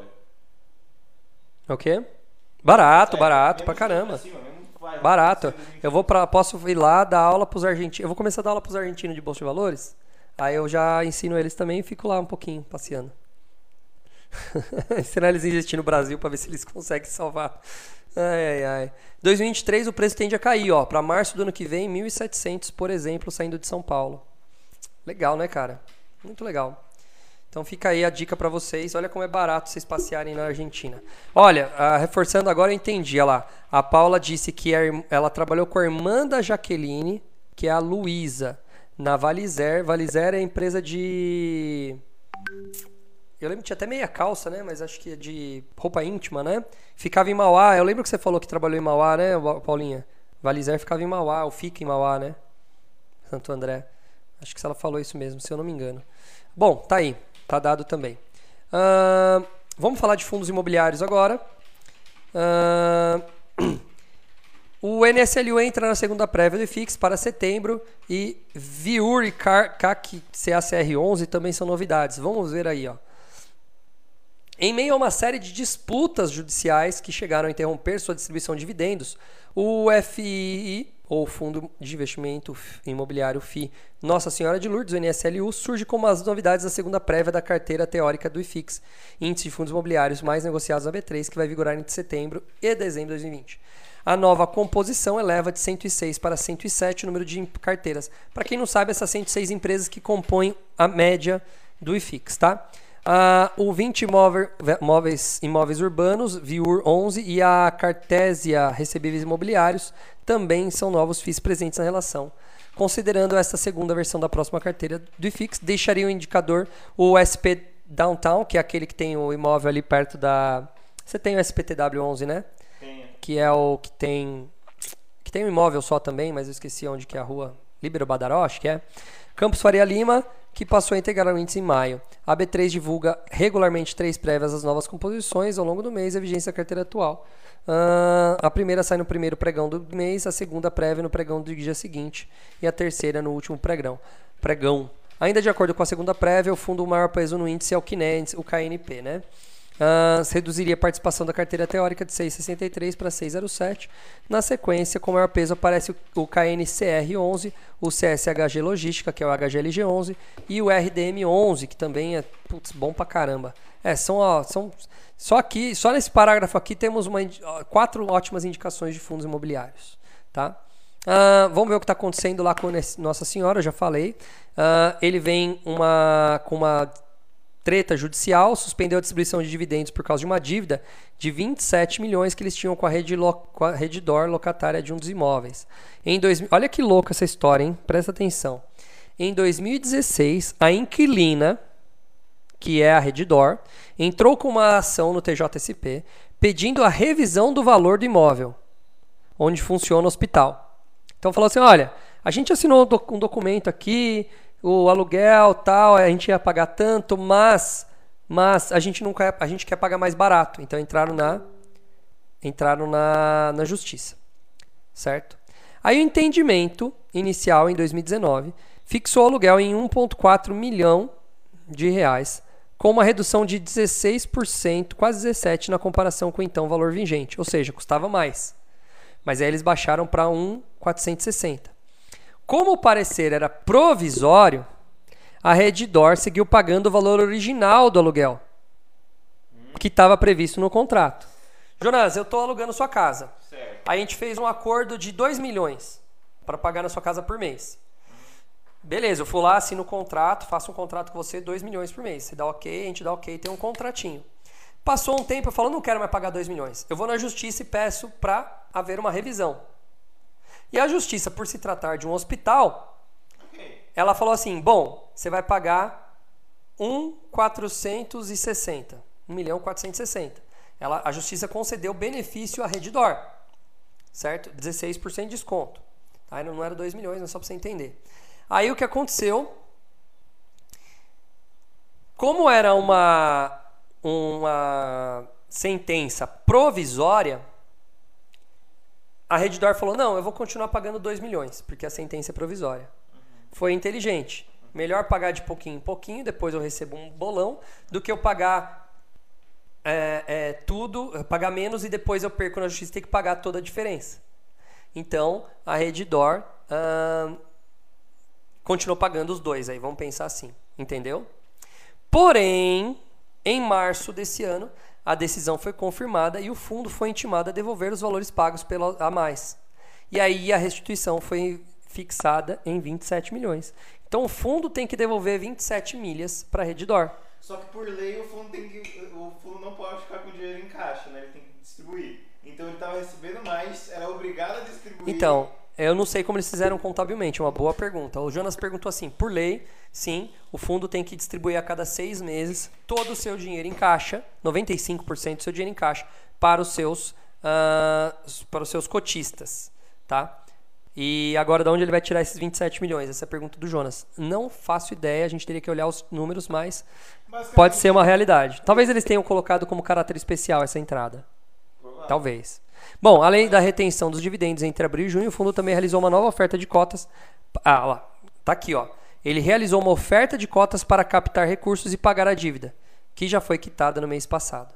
O quê? Barato, é, barato pra pra caramba. cima, mesmo, vai, Barato. Eu vou pra, posso ir lá dar aula pros argentinos. Eu vou começar a dar aula pros argentinos de Bolsa de Valores. Aí eu já ensino eles também e fico lá um pouquinho, passeando. Ensinar eles a investir no Brasil pra ver se eles conseguem salvar. Ai, ai, ai. dois mil e vinte e três o preço tende a cair, ó. Pra março do ano que vem, mil e setecentos, por exemplo, saindo de São Paulo. Legal, né, cara? Muito legal. Então fica aí a dica pra vocês. Olha como é barato vocês passearem na Argentina. Olha, uh, reforçando agora, eu entendi. Olha lá. A Paula disse que a, ela trabalhou com a irmã da Jaqueline, que é a Luísa, na Valizer. Valizer é empresa de... Eu lembro que tinha até meia calça, né? Mas acho que é de roupa íntima, né? Ficava em Mauá. Eu lembro que você falou que trabalhou em Mauá, né, Paulinha? Valizer ficava em Mauá, ou fica em Mauá, né? Santo André. Acho que ela falou isso mesmo, se eu não me engano. Bom, tá aí. Tá dado também. Uh, vamos falar de fundos imobiliários agora. Uh, o N S L U entra na segunda prévia do I F I X para setembro e V I U R e C A C C R onze também são novidades. Vamos ver aí, ó. Em meio a uma série de disputas judiciais que chegaram a interromper sua distribuição de dividendos, o F I I, ou Fundo de Investimento Imobiliário F I I Nossa Senhora de Lourdes, o N S L U, surge como as novidades da segunda prévia da carteira teórica do I F I X, Índice de Fundos Imobiliários mais negociados na B três, que vai vigorar entre setembro e dezembro de dois mil e vinte. A nova composição eleva de cento e seis para cento e sete o número de carteiras. Para quem não sabe, essas cento e seis empresas que compõem a média do I F I X, tá? Uh, o vinte imóvel, móveis, imóveis urbanos, V I U R onze, e a Cartésia Recebíveis Imobiliários também são novos F I Is presentes na relação. Considerando esta segunda versão da próxima carteira do I F I X, deixaria o indicador o S P Downtown, que é aquele que tem o imóvel ali perto da... Você tem o S P T W onze, né? Tenho. Que é o que tem... Que tem um imóvel só também, mas eu esqueci onde que é a rua. Líbero Badaró, acho que é. Campos Faria Lima, que passou a integrar o índice em maio. A B três divulga regularmente três prévias das novas composições ao longo do mês e a vigência da carteira atual. Uh, a primeira sai no primeiro pregão do mês, a segunda prévia no pregão do dia seguinte e a terceira no último pregão. pregão. Ainda de acordo com a segunda prévia, o fundo maior peso no índice é o K N E, o K N P, né? Uh, reduziria a participação da carteira teórica de seis vírgula sessenta e três para seis vírgula zero sete. Na sequência, com maior peso aparece o K N C R onze, o C S H G Logística, que é o H G L G onze, e o R D M onze, que também é putz, bom pra caramba. É, são, ó, são só aqui, só nesse parágrafo aqui temos uma, quatro ótimas indicações de fundos imobiliários, tá? Uh, vamos ver o que está acontecendo lá com Nossa Senhora, eu já falei. Uh, ele vem uma, com uma treta judicial, suspendeu a distribuição de dividendos por causa de uma dívida de vinte e sete milhões que eles tinham com a, rede lo, com a Redditor, locatária de um dos imóveis. Em dois, olha que louca essa história, hein? Presta atenção. Em dois mil e dezesseis, a inquilina, que é a Redditor, entrou com uma ação no T J S P pedindo a revisão do valor do imóvel, onde funciona o hospital. Então falou assim, olha, a gente assinou um documento aqui, o aluguel, tal, a gente ia pagar tanto, mas, mas a gente não quer, a gente quer pagar mais barato. Então entraram na, entraram na, na justiça, certo? Aí o entendimento inicial em dois mil e dezenove fixou o aluguel em um vírgula quatro milhão de reais, com uma redução de dezesseis por cento, quase dezessete por cento na comparação com o então valor vigente, ou seja, custava mais. Mas aí eles baixaram para um mil quatrocentos e sessenta. Como o parecer era provisório, a Redditor seguiu pagando o valor original do aluguel, que estava previsto no contrato. Jonas, eu estou alugando sua casa. Certo. Aí a gente fez um acordo de dois milhões para pagar na sua casa por mês. Beleza, eu fui lá, assino o contrato, faço um contrato com você, dois milhões por mês. Você dá ok, a gente dá ok, tem um contratinho. Passou um tempo, eu falo, não quero mais pagar dois milhões. Eu vou na justiça e peço para haver uma revisão. E a justiça, por se tratar de um hospital, Ok. ela falou assim, bom, você vai pagar um milhão quatrocentos e sessenta. um milhão quatrocentos e sessenta. Ela, a justiça concedeu benefício à Redditor, certo? dezesseis por cento de desconto. Tá? Não era dois milhões, é só para você entender. Aí o que aconteceu, como era uma, uma sentença provisória, a Redditor falou, não, eu vou continuar pagando dois milhões, porque a sentença é provisória. Uhum. Foi inteligente. Melhor pagar de pouquinho em pouquinho, depois eu recebo um bolão, do que eu pagar é, é, tudo, pagar menos e depois eu perco na justiça e ter que pagar toda a diferença. Então, a Redditor hum, continuou pagando os dois, aí vamos pensar assim, entendeu? Porém, em março desse ano, a decisão foi confirmada e o fundo foi intimado a devolver os valores pagos pelo, a mais. E aí a restituição foi fixada em vinte e sete milhões. Então o fundo tem que devolver vinte e sete milhas para a Redditor. Só que por lei o fundo, tem que, o fundo não pode ficar com dinheiro em caixa, né? Ele tem que distribuir. Então ele estava recebendo mais, era obrigado a distribuir. Então, eu não sei como eles fizeram contabilmente, é uma boa pergunta. O Jonas perguntou assim, por lei, sim, o fundo tem que distribuir a cada seis meses todo o seu dinheiro em caixa, noventa e cinco por cento do seu dinheiro em caixa, para os seus, uh, para os seus cotistas, tá? E agora, de onde ele vai tirar esses vinte e sete milhões? Essa é a pergunta do Jonas. Não faço ideia, a gente teria que olhar os números, mas pode ser uma realidade. Talvez eles tenham colocado como caráter especial essa entrada. Talvez. Bom, além da retenção dos dividendos entre abril e junho, o fundo também realizou uma nova oferta de cotas. Ah, lá, tá aqui, ó. Ele realizou uma oferta de cotas para captar recursos e pagar a dívida, que já foi quitada no mês passado.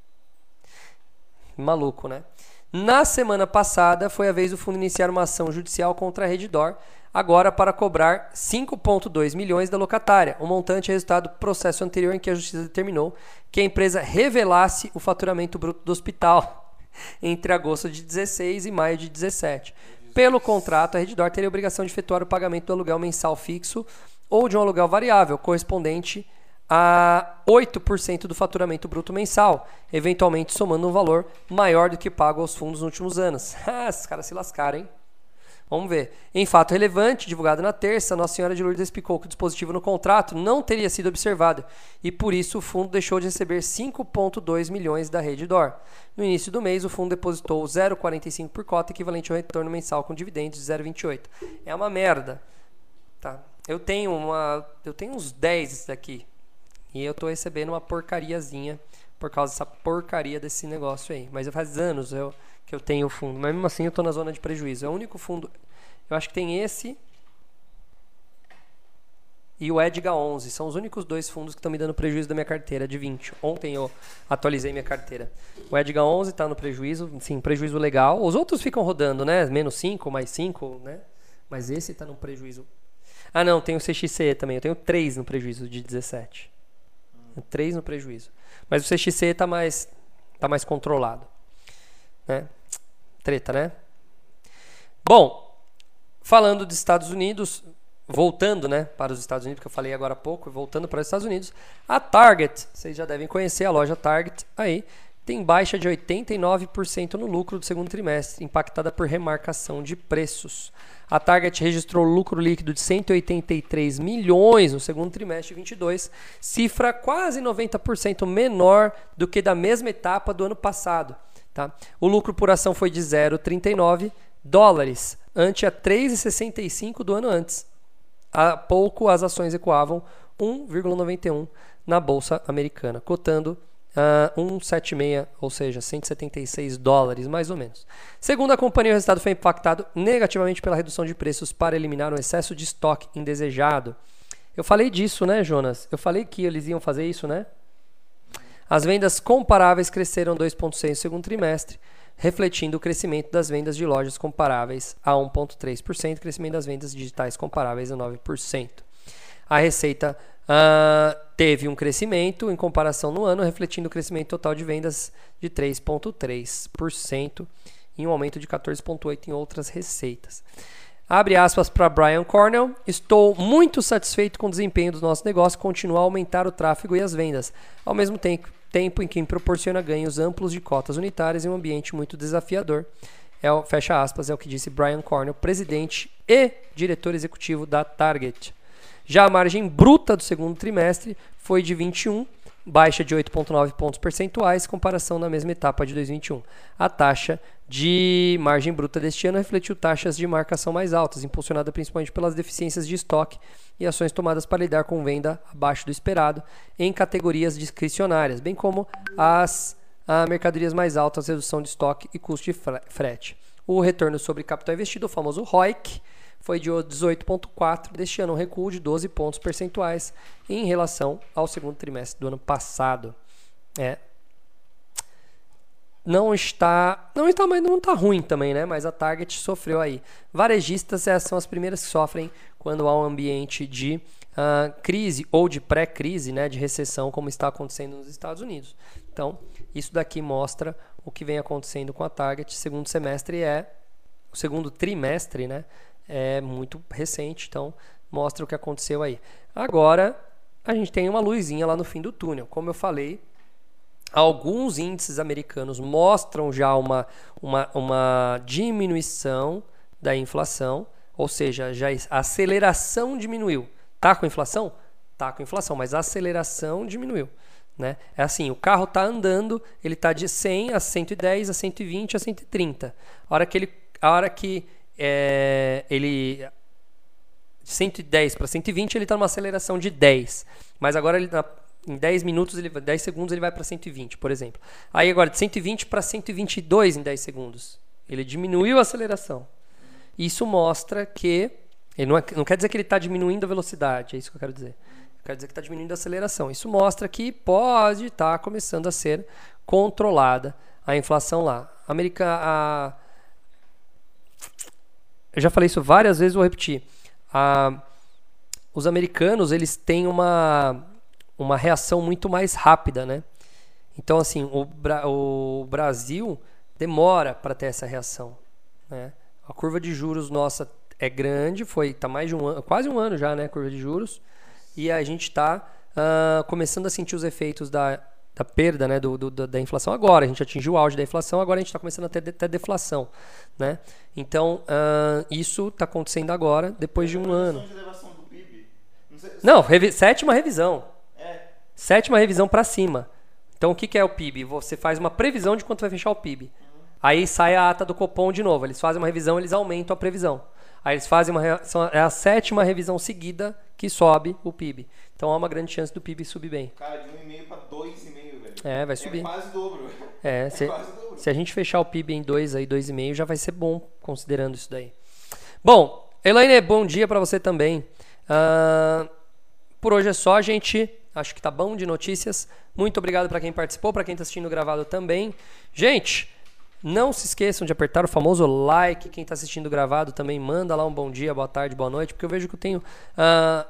Maluco, né? Na semana passada, foi a vez do fundo iniciar uma ação judicial contra a Redditor, agora para cobrar cinco vírgula dois milhões da locatária, um montante resultado do processo anterior em que a justiça determinou que a empresa revelasse o faturamento bruto do hospital entre agosto de dezesseis e maio de dezessete. Pelo contrato, a Redditor teria a obrigação de efetuar o pagamento do aluguel mensal fixo ou de um aluguel variável, correspondente a oito por cento do faturamento bruto mensal, eventualmente somando um valor maior do que pago aos fundos nos últimos anos. Ah, esses caras se lascaram, hein? Vamos ver. Em fato relevante, divulgado na terça, Nossa Senhora de Lourdes explicou que o dispositivo no contrato não teria sido observado e, por isso, o fundo deixou de receber cinco vírgula dois milhões da Redditor. No início do mês, o fundo depositou zero vírgula quarenta e cinco por cota, equivalente ao retorno mensal com dividendos de zero vírgula vinte e oito. É uma merda. Tá. Eu tenho uma, eu tenho uns dez daqui. E eu tô recebendo uma porcariazinha por causa dessa porcaria desse negócio aí. Mas faz anos eu, que eu tenho o fundo. Mas mesmo assim eu tô na zona de prejuízo. É o único fundo. Eu acho que tem esse e o Edgar onze. São os únicos dois fundos que estão me dando prejuízo da minha carteira de vinte. Ontem eu atualizei minha carteira. O Edgar onze tá no prejuízo. Sim, prejuízo legal. Os outros ficam rodando, né? Menos cinco, mais cinco, né? Mas esse tá no prejuízo. Ah, não. Tem o C X C E também. Eu tenho três no prejuízo de dezessete. três no prejuízo. Mas o C X C está mais, tá mais controlado. Né? Treta, né? Bom, falando dos Estados Unidos, voltando, né, para os Estados Unidos, que eu falei agora há pouco, voltando para os Estados Unidos, a Target, vocês já devem conhecer a loja Target aí, tem baixa de oitenta e nove por cento no lucro do segundo trimestre, impactada por remarcação de preços. A Target registrou lucro líquido de cento e oitenta e três milhões no segundo trimestre de vinte e dois, cifra quase noventa por cento menor do que da mesma etapa do ano passado. Tá? O lucro por ação foi de zero vírgula trinta e nove dólares, ante a três vírgula sessenta e cinco do ano antes. Há pouco as ações recuavam um vírgula noventa e um na Bolsa Americana, cotando Uh, cento e setenta e seis, ou seja, cento e setenta e seis dólares, mais ou menos. Segundo a companhia, o resultado foi impactado negativamente pela redução de preços para eliminar o excesso de estoque indesejado. Eu falei disso, né, Jonas? Eu falei que eles iam fazer isso, né? As vendas comparáveis cresceram dois vírgula seis por cento no segundo trimestre, refletindo o crescimento das vendas de lojas comparáveis a um vírgula três por cento, crescimento das vendas digitais comparáveis a nove por cento. A receita uh, teve um crescimento em comparação no ano, refletindo o crescimento total de vendas de três vírgula três por cento e um aumento de quatorze vírgula oito por cento em outras receitas. Abre aspas para Brian Cornell. Estou muito satisfeito com o desempenho do nosso negócio, continua a aumentar o tráfego e as vendas, ao mesmo tempo, tempo em que proporciona ganhos amplos de cotas unitárias em um ambiente muito desafiador. É o, fecha aspas, é o que disse Brian Cornell, presidente e diretor executivo da Target. Já a margem bruta do segundo trimestre foi de vinte e um, baixa de oito vírgula nove pontos percentuais, comparação na mesma etapa de dois mil e vinte e um. A taxa de margem bruta deste ano refletiu taxas de marcação mais altas, impulsionada principalmente pelas deficiências de estoque e ações tomadas para lidar com venda abaixo do esperado em categorias discricionárias, bem como as a mercadorias mais altas, redução de estoque e custo de frete. O retorno sobre capital investido, o famoso R O I C, foi de dezoito vírgula quatro por cento deste ano, um recuo de doze pontos percentuais em relação ao segundo trimestre do ano passado. É. Não está, não está, mas não está ruim também, né? Mas a Target sofreu aí. Varejistas essas são as primeiras que sofrem quando há um ambiente de uh, crise ou de pré-crise, né? De recessão, como está acontecendo nos Estados Unidos. Então, isso daqui mostra o que vem acontecendo com a Target. Segundo semestre é, o segundo trimestre, né? É muito recente, então mostra o que aconteceu aí. Agora, a gente tem uma luzinha lá no fim do túnel. Como eu falei, alguns índices americanos mostram já uma, uma, uma diminuição da inflação, ou seja, já a aceleração diminuiu. Tá com inflação? Tá com inflação, mas a aceleração diminuiu. Né? É assim, o carro está andando, ele está de cem a cento e dez, a cento e vinte, a cento e trinta. A hora que ele, a hora que é, ele de cento e dez para cento e vinte, ele está numa aceleração de dez. Mas agora ele, na, em dez minutos, ele, dez segundos, ele vai para cento e vinte, por exemplo. Aí agora de cento e vinte para cento e vinte e dois em dez segundos. Ele diminuiu a aceleração. Isso mostra que ele não, é, não quer dizer que ele está diminuindo a velocidade, é isso que eu quero dizer. Quer dizer que está diminuindo a aceleração. Isso mostra que pode estar tá começando a ser controlada a inflação lá. A América, a... Eu já falei isso várias vezes, vou repetir. A... Os americanos, eles têm uma, uma reação muito mais rápida, né? Então, assim, o, Bra... o Brasil demora para ter essa reação, né? A curva de juros nossa é grande, foi tá mais de um ano, quase um ano já, né? A curva de juros. E a gente está uh, começando a sentir os efeitos da, da perda, né, do, do, da inflação agora. A gente atingiu o auge da inflação, agora a gente está começando a ter, ter deflação. Né? Então, uh, isso está acontecendo agora, depois de um ano. De elevação do P I B. Não, sei, Não revi sétima revisão. É. Sétima revisão para cima. Então, o que, que é o P I B? Você faz uma previsão de quanto vai fechar o P I B. Uhum. Aí sai a ata do Copom de novo. Eles fazem uma revisão, eles aumentam a previsão. Aí eles fazem uma é a sétima revisão seguida que sobe o P I B. Então há uma grande chance do P I B subir bem. Cara, de um vírgula cinco para dois vírgula cinco, velho. É, vai subir. É quase dobro. É, se, é quase dobro. Se a gente fechar o P I B em dois aí, dois vírgula cinco, já vai ser bom, considerando isso daí. Bom, Elaine, bom dia para você também. Uh, por hoje é só, gente. Acho que tá bom de notícias. Muito obrigado para quem participou, para quem está assistindo gravado também. Gente, não se esqueçam de apertar o famoso like. Quem está assistindo gravado também manda lá um bom dia, boa tarde, boa noite, porque eu vejo que eu tenho uh,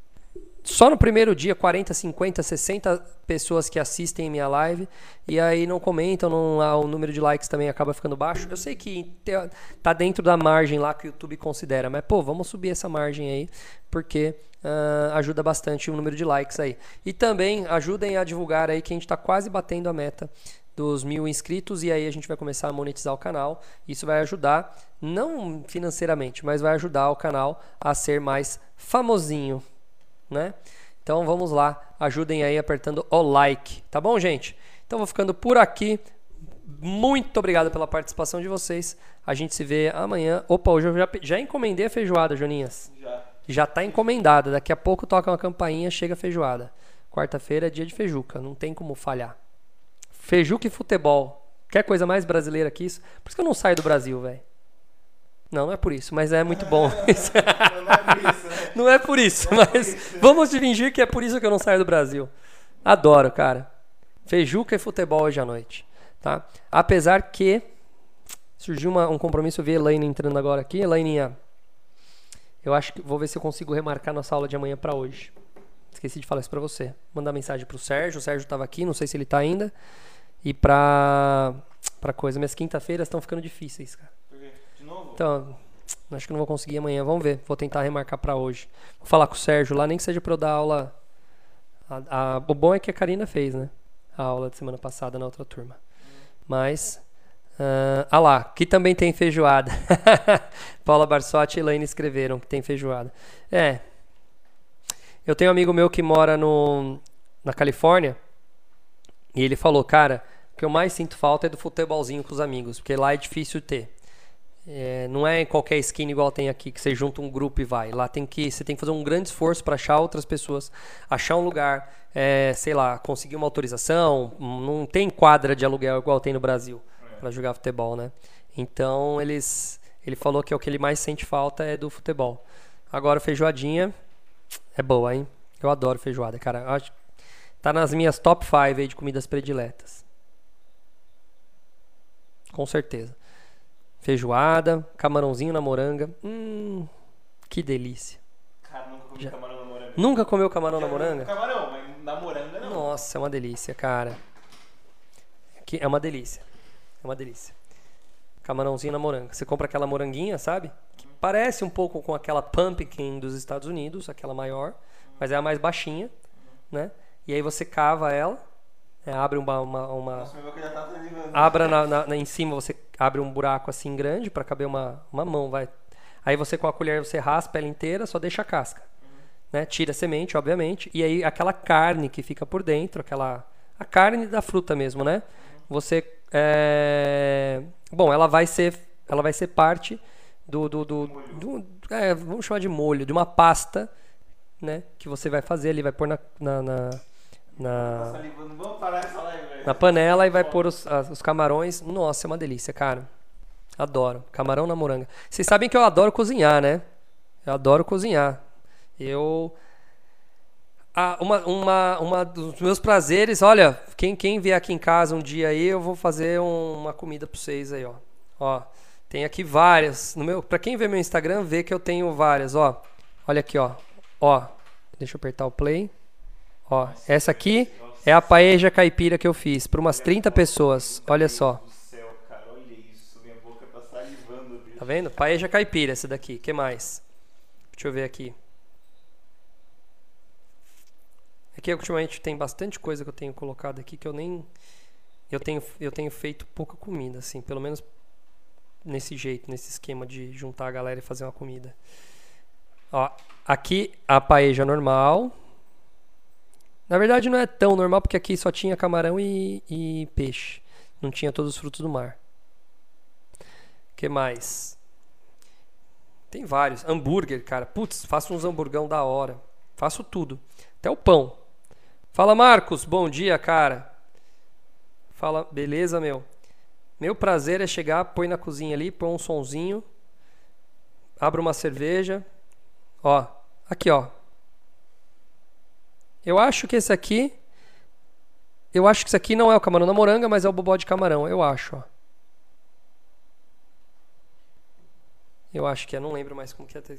só no primeiro dia quarenta, cinquenta, sessenta pessoas que assistem minha live e aí não comentam, não, ah, o número de likes também acaba ficando baixo. Eu sei que tá dentro da margem lá que o YouTube considera, mas pô, vamos subir essa margem aí, porque uh, ajuda bastante o número de likes aí. E também ajudem a divulgar aí que a gente está quase batendo a meta dos mil inscritos e aí a gente vai começar a monetizar o canal. Isso vai ajudar, não financeiramente, mas vai ajudar o canal a ser mais famosinho, né? Então vamos lá, ajudem aí apertando o like, tá bom, gente? Então vou ficando por aqui. Muito obrigado pela participação de vocês. A gente se vê amanhã. Opa, hoje eu já, já encomendei a feijoada, Joninhas. Já. Já tá encomendada. Daqui a pouco toca uma campainha, chega a feijoada. Quarta-feira é dia de feijuca, não tem como falhar. Feijuca e futebol. Quer coisa mais brasileira que isso? Por isso que eu não saio do Brasil, velho. Não, não é por isso, mas é muito bom. Não é por isso, né? Não é por isso, não é mas por isso. Vamos fingir que é por isso que eu não saio do Brasil. Adoro, cara. Feijuca e futebol hoje à noite. Tá? Apesar que surgiu uma, um compromisso, eu vi a Elaine entrando agora aqui. Elaininha, eu acho que vou ver se eu consigo remarcar nossa aula de amanhã para hoje. Esqueci de falar isso pra você. Mandar mensagem pro Sérgio. O Sérgio tava aqui, não sei se ele tá ainda. E pra, pra coisa. Minhas quinta-feiras estão ficando difíceis, cara. Por quê? De novo? Então, acho que não vou conseguir amanhã. Vamos ver. Vou tentar remarcar pra hoje. Vou falar com o Sérgio lá, nem que seja pra eu dar aula. A, a, o bom é que a Karina fez, né? A aula de semana passada na outra turma. Hum. Mas... Uh, ah lá, que também tem feijoada. Paula Barsotti e Elaine escreveram que tem feijoada. É. Eu tenho um amigo meu que mora no, na Califórnia. E ele falou, cara, o que eu mais sinto falta é do futebolzinho com os amigos. Porque lá é difícil ter. É, não é em qualquer esquina igual tem aqui, que você junta um grupo e vai. Lá tem que, você tem que fazer um grande esforço para achar outras pessoas, achar um lugar, é, sei lá, conseguir uma autorização. Não tem quadra de aluguel igual tem no Brasil para jogar futebol, né? Então eles, ele falou que o que ele mais sente falta é do futebol. Agora feijoadinha é boa, hein? Eu adoro feijoada, cara. Eu acho, tá nas minhas top cinco aí de comidas prediletas. Com certeza. Feijoada, camarãozinho na moranga. Hum, que delícia. Cara, nunca comi Já. camarão na moranga. Nunca comeu camarão Já na moranga? Camarão, mas na moranga não. Nossa, é uma delícia, cara. Que é uma delícia. É uma delícia. Camarãozinho na moranga. Você compra aquela moranguinha, sabe? Que parece um pouco com aquela pumpkin dos Estados Unidos, aquela maior, mas é a mais baixinha, né? E aí você cava ela, é, abre uma... uma, uma Nossa, meu já tá animando. abra na, na, na, em cima, você abre um buraco assim grande para caber uma, uma mão, vai. Aí você com a colher você raspa ela inteira, só deixa a casca. Uhum. Né? Tira a semente, obviamente, e aí aquela carne que fica por dentro, aquela a carne da fruta mesmo, né? Você é... bom, ela vai ser ela vai ser parte do, do, do, do é, vamos chamar de molho, de uma pasta, né, que você vai fazer ali, vai pôr na na, na, na, Vamos parar essa live, velho. na panela e vai pôr os, as, os camarões. Nossa, é uma delícia, cara. Adoro. Camarão na moranga. Vocês sabem que eu adoro cozinhar, né? Eu adoro cozinhar. Eu Ah, uma, uma, uma dos meus prazeres, olha, quem, quem vier aqui em casa um dia aí, eu vou fazer um, uma comida pra vocês aí, ó. Ó, tem aqui várias. No meu, pra quem vê meu Instagram, vê que eu tenho várias, ó. Olha aqui, ó. Ó, deixa eu apertar o play. Ó, essa aqui é a paella caipira que eu fiz pra umas trinta pessoas. Olha só. Tá vendo? Paella caipira essa daqui. Que mais? Deixa eu ver aqui. Aqui ultimamente tem bastante coisa que eu tenho colocado aqui que eu nem eu tenho eu tenho feito pouca comida assim, pelo menos nesse jeito, nesse esquema de juntar a galera e fazer uma comida. Ó, aqui a paella normal. Na verdade não é tão normal porque aqui só tinha camarão e, e peixe, não tinha todos os frutos do mar. Que mais? Tem vários. Hambúrguer, cara. Putz, faço uns hamburgão da hora. Faço tudo. Até o pão. Fala, Marcos. Bom dia, cara. Fala, beleza, meu? Meu prazer é chegar, põe na cozinha ali, põe um sonzinho, abre uma cerveja. Ó, aqui, ó. Eu acho que esse aqui... Eu acho que esse aqui não é o camarão na moranga, mas é o bobó de camarão. Eu acho, ó. Eu acho que é, não lembro mais como que é.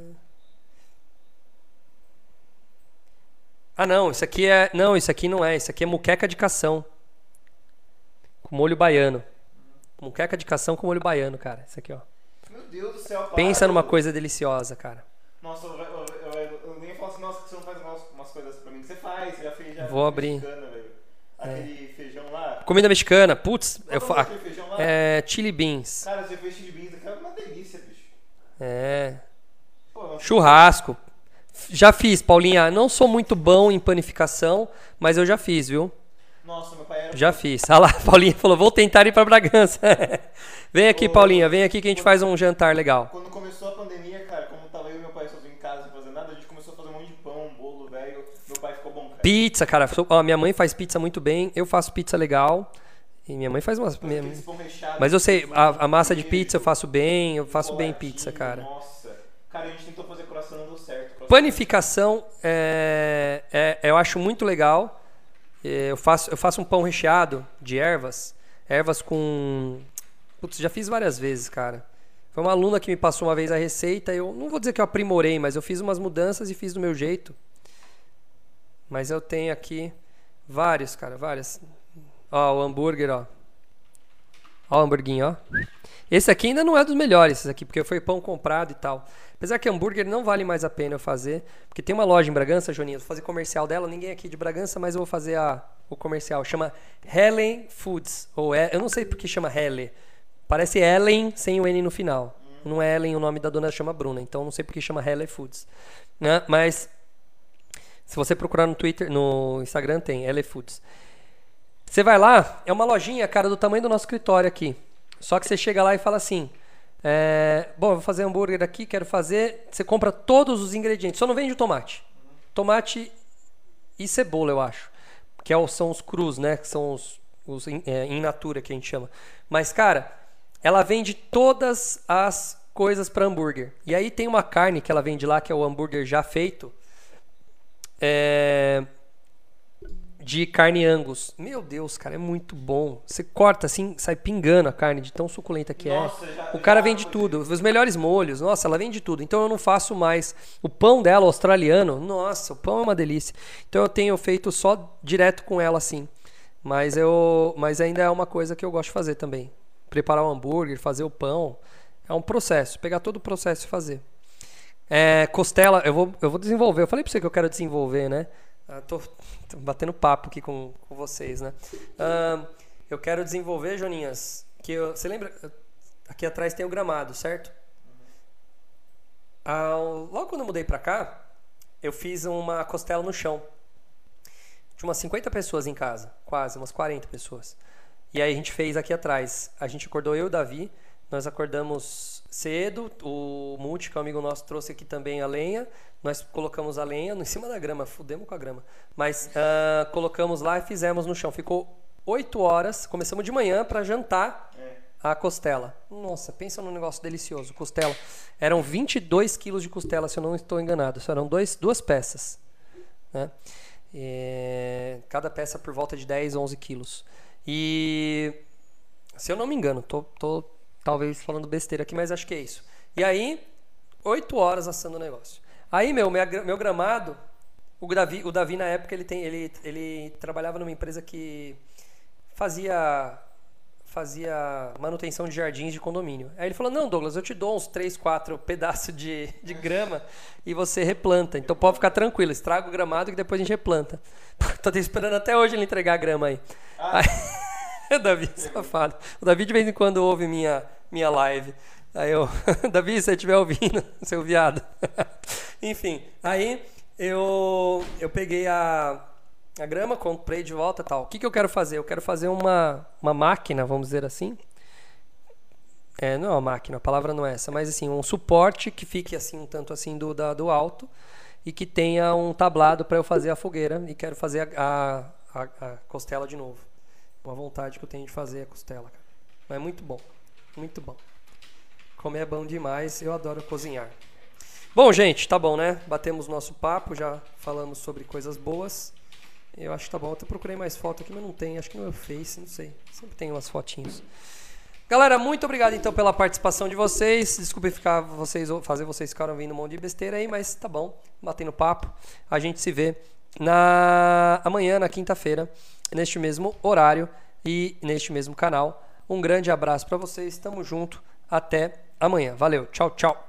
Ah, não, isso aqui é... Não, isso aqui não é. Isso aqui é muqueca de cação. Com molho baiano. Muqueca de cação com molho baiano, cara. Isso aqui, ó. Meu Deus do céu, para. Pensa numa coisa deliciosa, cara. Nossa, eu, eu, eu, eu nem falo assim, nossa, que você não faz umas, umas coisas pra mim. Que você faz, você já fez já. Vou abrir. Mexicana, velho. Aquele é. feijão lá. Comida mexicana, putz. Eu fa... aquele feijão lá? É, chili beans. Cara, você fez chili beans, aquela é uma delícia, bicho. É. Pô, churrasco. Já fiz, Paulinha. Não sou muito bom em panificação, mas eu já fiz, viu? Nossa, meu pai era... Já fiz. Ah lá, Paulinha falou, vou tentar ir pra Bragança. Vem aqui, Ô, Paulinha, vem aqui que a gente quando, faz um jantar legal. Quando começou a pandemia, cara, como tava eu e meu pai sozinho em casa sem fazer nada, a gente começou a fazer um monte de pão, um bolo, velho. Meu pai ficou bom, cara. Pizza, cara. Ó, minha mãe faz pizza muito bem, eu faço pizza legal. E minha mãe faz umas... Minha... Mas eu sei, a, a massa de pizza eu faço bem, eu faço bem pizza, cara. Nossa. Cara, a gente tentou fazer coração, não deu certo. Panificação, é, é, eu acho muito legal. Eu faço, eu faço um pão recheado de ervas. Ervas com... Putz, já fiz várias vezes, cara. Foi uma aluna que me passou uma vez a receita. Eu não vou dizer que eu aprimorei, mas eu fiz umas mudanças e fiz do meu jeito. Panificação, é, eu acho muito legal. Eu faço, eu faço um pão recheado de ervas. Ervas com... Putz, já fiz várias vezes, cara. Foi uma aluna que me passou uma vez a receita. Eu não vou dizer que eu aprimorei, mas eu fiz umas mudanças e fiz do meu jeito. Mas eu tenho aqui vários, cara, vários. Ó, o hambúrguer, ó. Ó o hamburguinho, ó. Esse aqui ainda não é dos melhores, esse aqui, porque foi pão comprado e tal. Apesar que hambúrguer não vale mais a pena eu fazer, porque tem uma loja em Bragança, Joninha, vou fazer comercial dela, ninguém aqui de Bragança, mas eu vou fazer a, o comercial. Chama Helen Foods, ou é, eu não sei por que chama Helen. Parece Ellen sem o N no final. Não é Ellen, o nome da dona chama Bruna, então não sei por que chama Helen Foods. Né? Mas se você procurar no Twitter, no Instagram tem Helen Foods. Você vai lá, é uma lojinha, cara, do tamanho do nosso escritório aqui. Só que você chega lá e fala assim, é, bom, eu vou fazer hambúrguer aqui, quero fazer... Você compra todos os ingredientes, só não vende o tomate. Tomate e cebola, eu acho. Que é, são os crus, né? Que são os, os é, in natura, que a gente chama. Mas, cara, ela vende todas as coisas para hambúrguer. E aí tem uma carne que ela vende lá, que é o hambúrguer já feito. É... de carne Angus. Meu Deus, cara, é muito bom. Você corta assim, sai pingando a carne de tão suculenta que Nossa, é. já- O cara já- vende tudo, os melhores molhos. Nossa, ela vende tudo. Então eu não faço mais. O pão dela, australiano, nossa, o pão é uma delícia. Então eu tenho feito só direto com ela assim. Mas eu, mas ainda é uma coisa que eu gosto de fazer também. Preparar o hambúrguer, fazer o pão, é um processo. Pegar todo o processo e fazer. É, costela, eu vou, eu vou desenvolver. Eu falei pra você que eu quero desenvolver, né? Ah, tô, tô batendo papo aqui com, com vocês, né? Ah, eu quero desenvolver, Joninhas, que eu, você lembra? Aqui atrás tem o gramado, certo? Ah, logo quando eu mudei pra cá, eu fiz uma costela no chão. Tinha umas cinquenta pessoas em casa, quase, umas quarenta pessoas. E aí a gente fez aqui atrás. A gente acordou eu e o Davi, nós acordamos cedo, o Multi, que é um amigo nosso, trouxe aqui também a lenha. Nós colocamos a lenha em cima da grama, fudemos com a grama. Mas uh, colocamos lá e fizemos no chão. Ficou oito horas, começamos de manhã para jantar a costela. Nossa, pensa num negócio delicioso, costela. Eram vinte e dois quilos de costela, se eu não estou enganado. Só eram dois, duas peças, né? E cada peça por volta de dez, onze quilos. E se eu não me engano, tô, tô talvez falando besteira aqui, mas acho que é isso. E aí, oito horas assando o negócio. Aí, meu, meu gramado, o Davi, o Davi na época, ele, tem, ele, ele trabalhava numa empresa que fazia, fazia manutenção de jardins de condomínio. Aí ele falou, não, Douglas, eu te dou uns três, quatro pedaços de, de grama e você replanta. Então pode ficar tranquilo, estraga o gramado que depois a gente replanta. Tô esperando até hoje ele entregar a grama aí. Ah. Aí o Davi, safado. O Davi de vez em quando ouve minha, minha live. Aí eu, Davi, se você estiver ouvindo, seu viado. Enfim, aí eu, eu peguei a, a grama, comprei de volta e tal. O que, que eu quero fazer? Eu quero fazer uma, uma máquina, vamos dizer assim. É, não é uma máquina, a palavra não é essa, mas assim, um suporte que fique assim, um tanto assim do, da, do alto e que tenha um tablado para eu fazer a fogueira e quero fazer a, a, a costela de novo. Uma vontade que eu tenho de fazer a costela, cara. Mas é muito bom, muito bom. Comer é bom demais, eu adoro cozinhar. Bom, gente, tá bom, né? Batemos nosso papo, já falamos sobre coisas boas. Eu acho que tá bom. Eu até procurei mais foto aqui, mas não tem. Acho que no meu Face, não sei. Sempre tem umas fotinhos. Galera, muito obrigado então pela participação de vocês. Desculpe ficar vocês, fazer vocês ficaram vindo um monte de besteira aí, mas tá bom. Batendo papo. A gente se vê na amanhã, na quinta-feira, neste mesmo horário e neste mesmo canal. Um grande abraço para vocês. Tamo junto. Até amanhã. Valeu. Tchau, tchau.